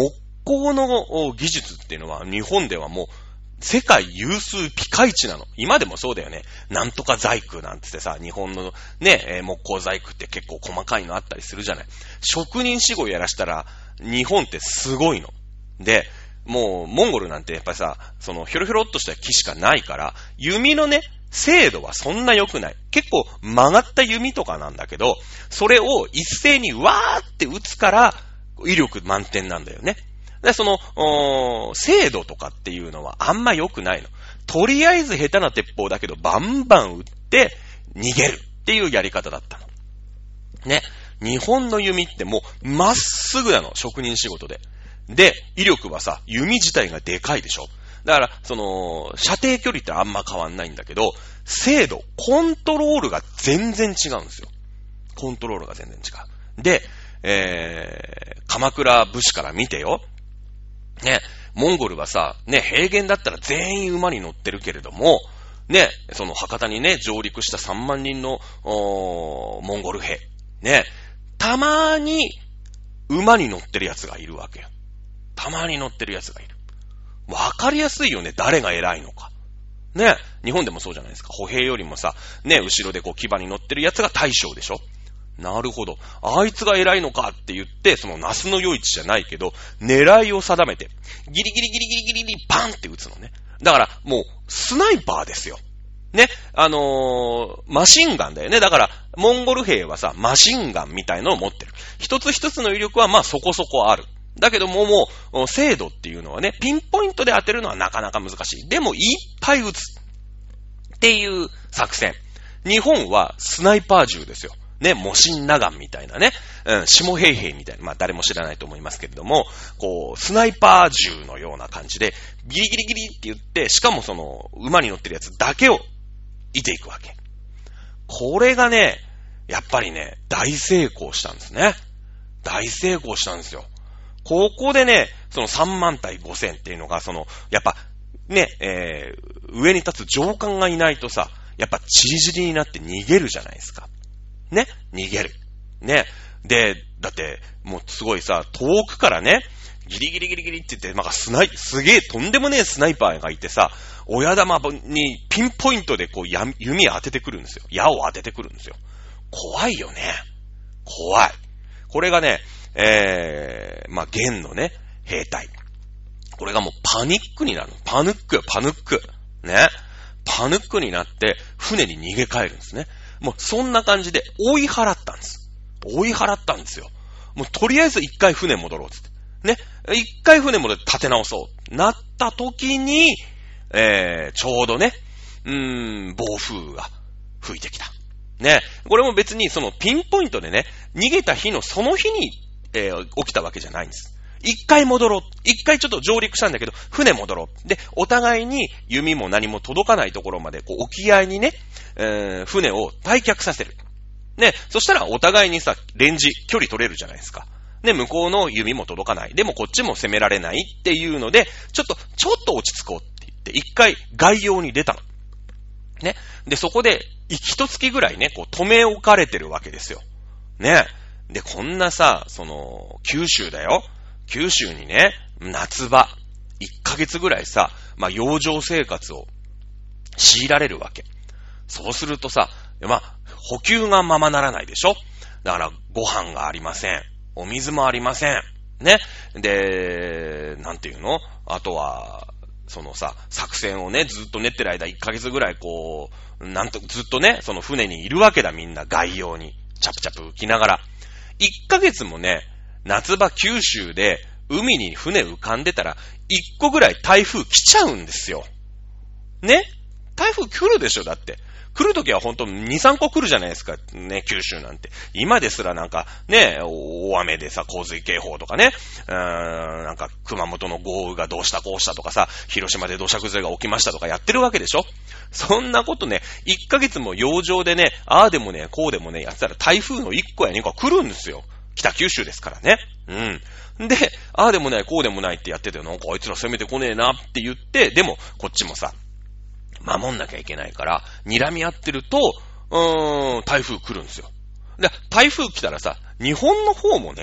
鋼の技術っていうのは日本ではもう世界有数ピカイチなの。今でもそうだよね。なんとか細工なんつってさ、日本のね、木工細工って結構細かいのあったりするじゃない。職人仕事やらしたら日本ってすごいの。で、もうモンゴルなんてやっぱりさ、そのひょろひょろっとした木しかないから、弓のね、精度はそんな良くない。結構曲がった弓とかなんだけど、それを一斉にわーって打つから威力満点なんだよね。で、その、精度とかっていうのはあんま良くないの。とりあえず下手な鉄砲だけどバンバン撃って逃げるっていうやり方だったの。ね。日本の弓ってもうまっすぐなの、職人仕事で。で、威力はさ、弓自体がでかいでしょ。だから、その、射程距離ってあんま変わんないんだけど、精度、コントロールが全然違うんですよ。コントロールが全然違う。で、えー、鎌倉武士から見てよ。ね、モンゴルはさ、ね、平原だったら全員馬に乗ってるけれども、ね、その博多にね、上陸したさんまんにんの、モンゴル兵。ね、たまに馬に乗ってるやつがいるわけよ。たまに乗ってるやつがいる。わかりやすいよね、誰が偉いのか。ね、日本でもそうじゃないですか。歩兵よりもさ、ね、後ろでこう騎馬に乗ってるやつが大将でしょ。なるほど。あいつが偉いのかって言って、そのナスの夜市じゃないけど、狙いを定めて、ギリギリギリギリギリギリバンって撃つのね。だから、もう、スナイパーですよ。ね。あのー、マシンガンだよね。だから、モンゴル兵はさ、マシンガンみたいのを持ってる。一つ一つの威力はまあそこそこある。だけどももう、精度っていうのはね、ピンポイントで当てるのはなかなか難しい。でも、いっぱい撃つ。っていう作戦。日本はスナイパー銃ですよ。ね、モシンナガンみたいなね、うん、下平兵みたいな、まあ誰も知らないと思いますけれども、こう、スナイパー銃のような感じで、ギリギリギリって言って、しかもその、馬に乗ってるやつだけを、いていくわけ。これがね、やっぱりね、大成功したんですね。大成功したんですよ。ここでね、そのさんまん対ごせんっていうのが、その、やっぱ、ね、えー、上に立つ上官がいないとさ、やっぱチリジリになって逃げるじゃないですか。ね、逃げる。ね。で、だって、もうすごいさ、遠くからね、ギリギリギリギリって言って、なんかスナイ、すげえとんでもねえスナイパーがいてさ、親玉にピンポイントでこうや弓当ててくるんですよ。矢を当ててくるんですよ。怖いよね。怖い。これがね、えー、まあ、元のね、兵隊。これがもうパニックになる。パヌックよ、パヌック。ね。パヌックになって、船に逃げ帰るんですね。もうそんな感じで追い払ったんです。追い払ったんですよ。もうとりあえず一回船戻ろうっつって。ね。一回船戻って立て直そう。なった時に、えー、ちょうどね、うーん、暴風が吹いてきた。ね。これも別にそのピンポイントでね、逃げた日のその日に、えー、起きたわけじゃないんです。一回戻ろう。一回ちょっと上陸したんだけど、船戻ろう。で、お互いに弓も何も届かないところまで、こう、沖合にね、えー、船を退却させる。ね、そしたらお互いにさ、レンジ、距離取れるじゃないですか。ね、向こうの弓も届かない。でもこっちも攻められないっていうので、ちょっと、ちょっと落ち着こうって言って、一回外洋に出たの。ね。で、そこで、一月ぐらいね、こう、止め置かれてるわけですよ。ね。で、こんなさ、その、九州だよ。九州にね、夏場、いっかげつぐらいさ、まあ、洋上生活を強いられるわけ。そうするとさ、まあ、補給がままならないでしょ？だから、ご飯がありません。お水もありません。ね。で、なんていうの？あとは、そのさ、作戦をね、ずっと練ってる間、いっかげつぐらいこう、なんと、ずっとね、その船にいるわけだ、みんな、外洋に。チャプチャプ浮きながら。いっかげつもね、夏場九州で海に船浮かんでたら、いっこぐらい台風来ちゃうんですよ。ね？台風来るでしょ、だって。来るときはほんとに、さんこ来るじゃないですか。ね、九州なんて。今ですらなんか、ね、大雨でさ、洪水警報とかね、うーん、なんか熊本の豪雨がどうしたこうしたとかさ、広島で土砂崩れが起きましたとかやってるわけでしょ？そんなことね、いっかげつも洋上でね、ああでもね、こうでもね、やってたら台風のいっこやにこ来るんですよ。北九州ですからね。うん。で、ああでもない、こうでもないってやってて、なんかあいつら攻めてこねえなって言って、でも、こっちもさ、守んなきゃいけないから、睨み合ってると、うーん、台風来るんですよ。で、台風来たらさ、日本の方もね、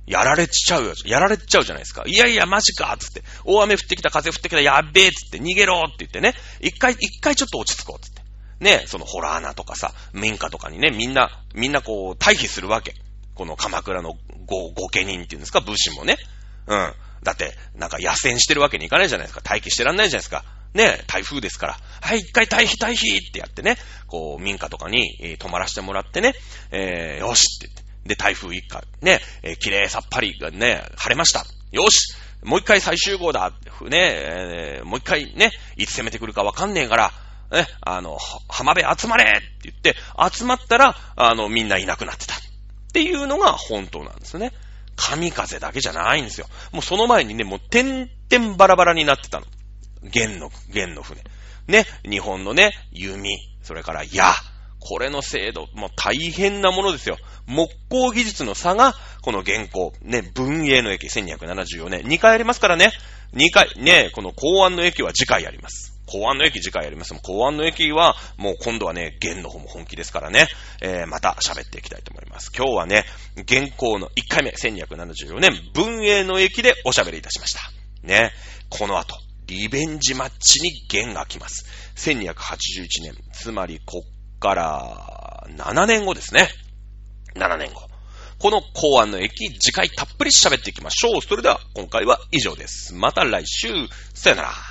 やられちゃうよ。やられちゃうじゃないですか。いやいや、マジかつって。大雨降ってきた、風降ってきた、やっべえつって、逃げろって言ってね。一回、一回ちょっと落ち着こうつって。ね、そのホラー穴とかさ、民家とかにね、みんな、みんなこう、退避するわけ。この鎌倉のご、御家人っていうんですか、武士もね。うん。だって、なんか野戦してるわけにいかないじゃないですか。待機してらんないじゃないですか。ね、台風ですから。はい、一回退避退避ってやってね、こう、民家とかに、えー、泊まらせてもらってね、えー、よしって言って。で、台風一過、ね、えー、綺麗さっぱりがね、晴れました。よしもう一回再集合だね、えー、もう一回ね、いつ攻めてくるかわかんねえから、ね、あの、浜辺集まれって言って、集まったら、あの、みんないなくなってた。っていうのが本当なんですね。神風だけじゃないんですよ。もうその前にね、もう点々バラバラになってたの。元の、元の船。ね、日本のね、弓、それから矢。これの精度、もう大変なものですよ。木工技術の差が、この元寇、ね、文永の駅せんにひゃくななじゅうよねん、にかいありますからね。にかい、ね、この弘安の駅は次回やります。弘安の駅次回やります。弘安の駅は、もう今度はね、元の方も本気ですからね、えー、また喋っていきたいと思います。今日はね、元寇のいっかいめ、せんにひゃくななじゅうよねん、文永の駅でおしゃべりいたしました。ね、この後、リベンジマッチに元が来ます。せんにひゃくはちじゅういちねん、つまりこっからななねんごですね。ななねんご。この弘安の駅、次回たっぷり喋っていきましょう。それでは今回は以上です。また来週、さよなら。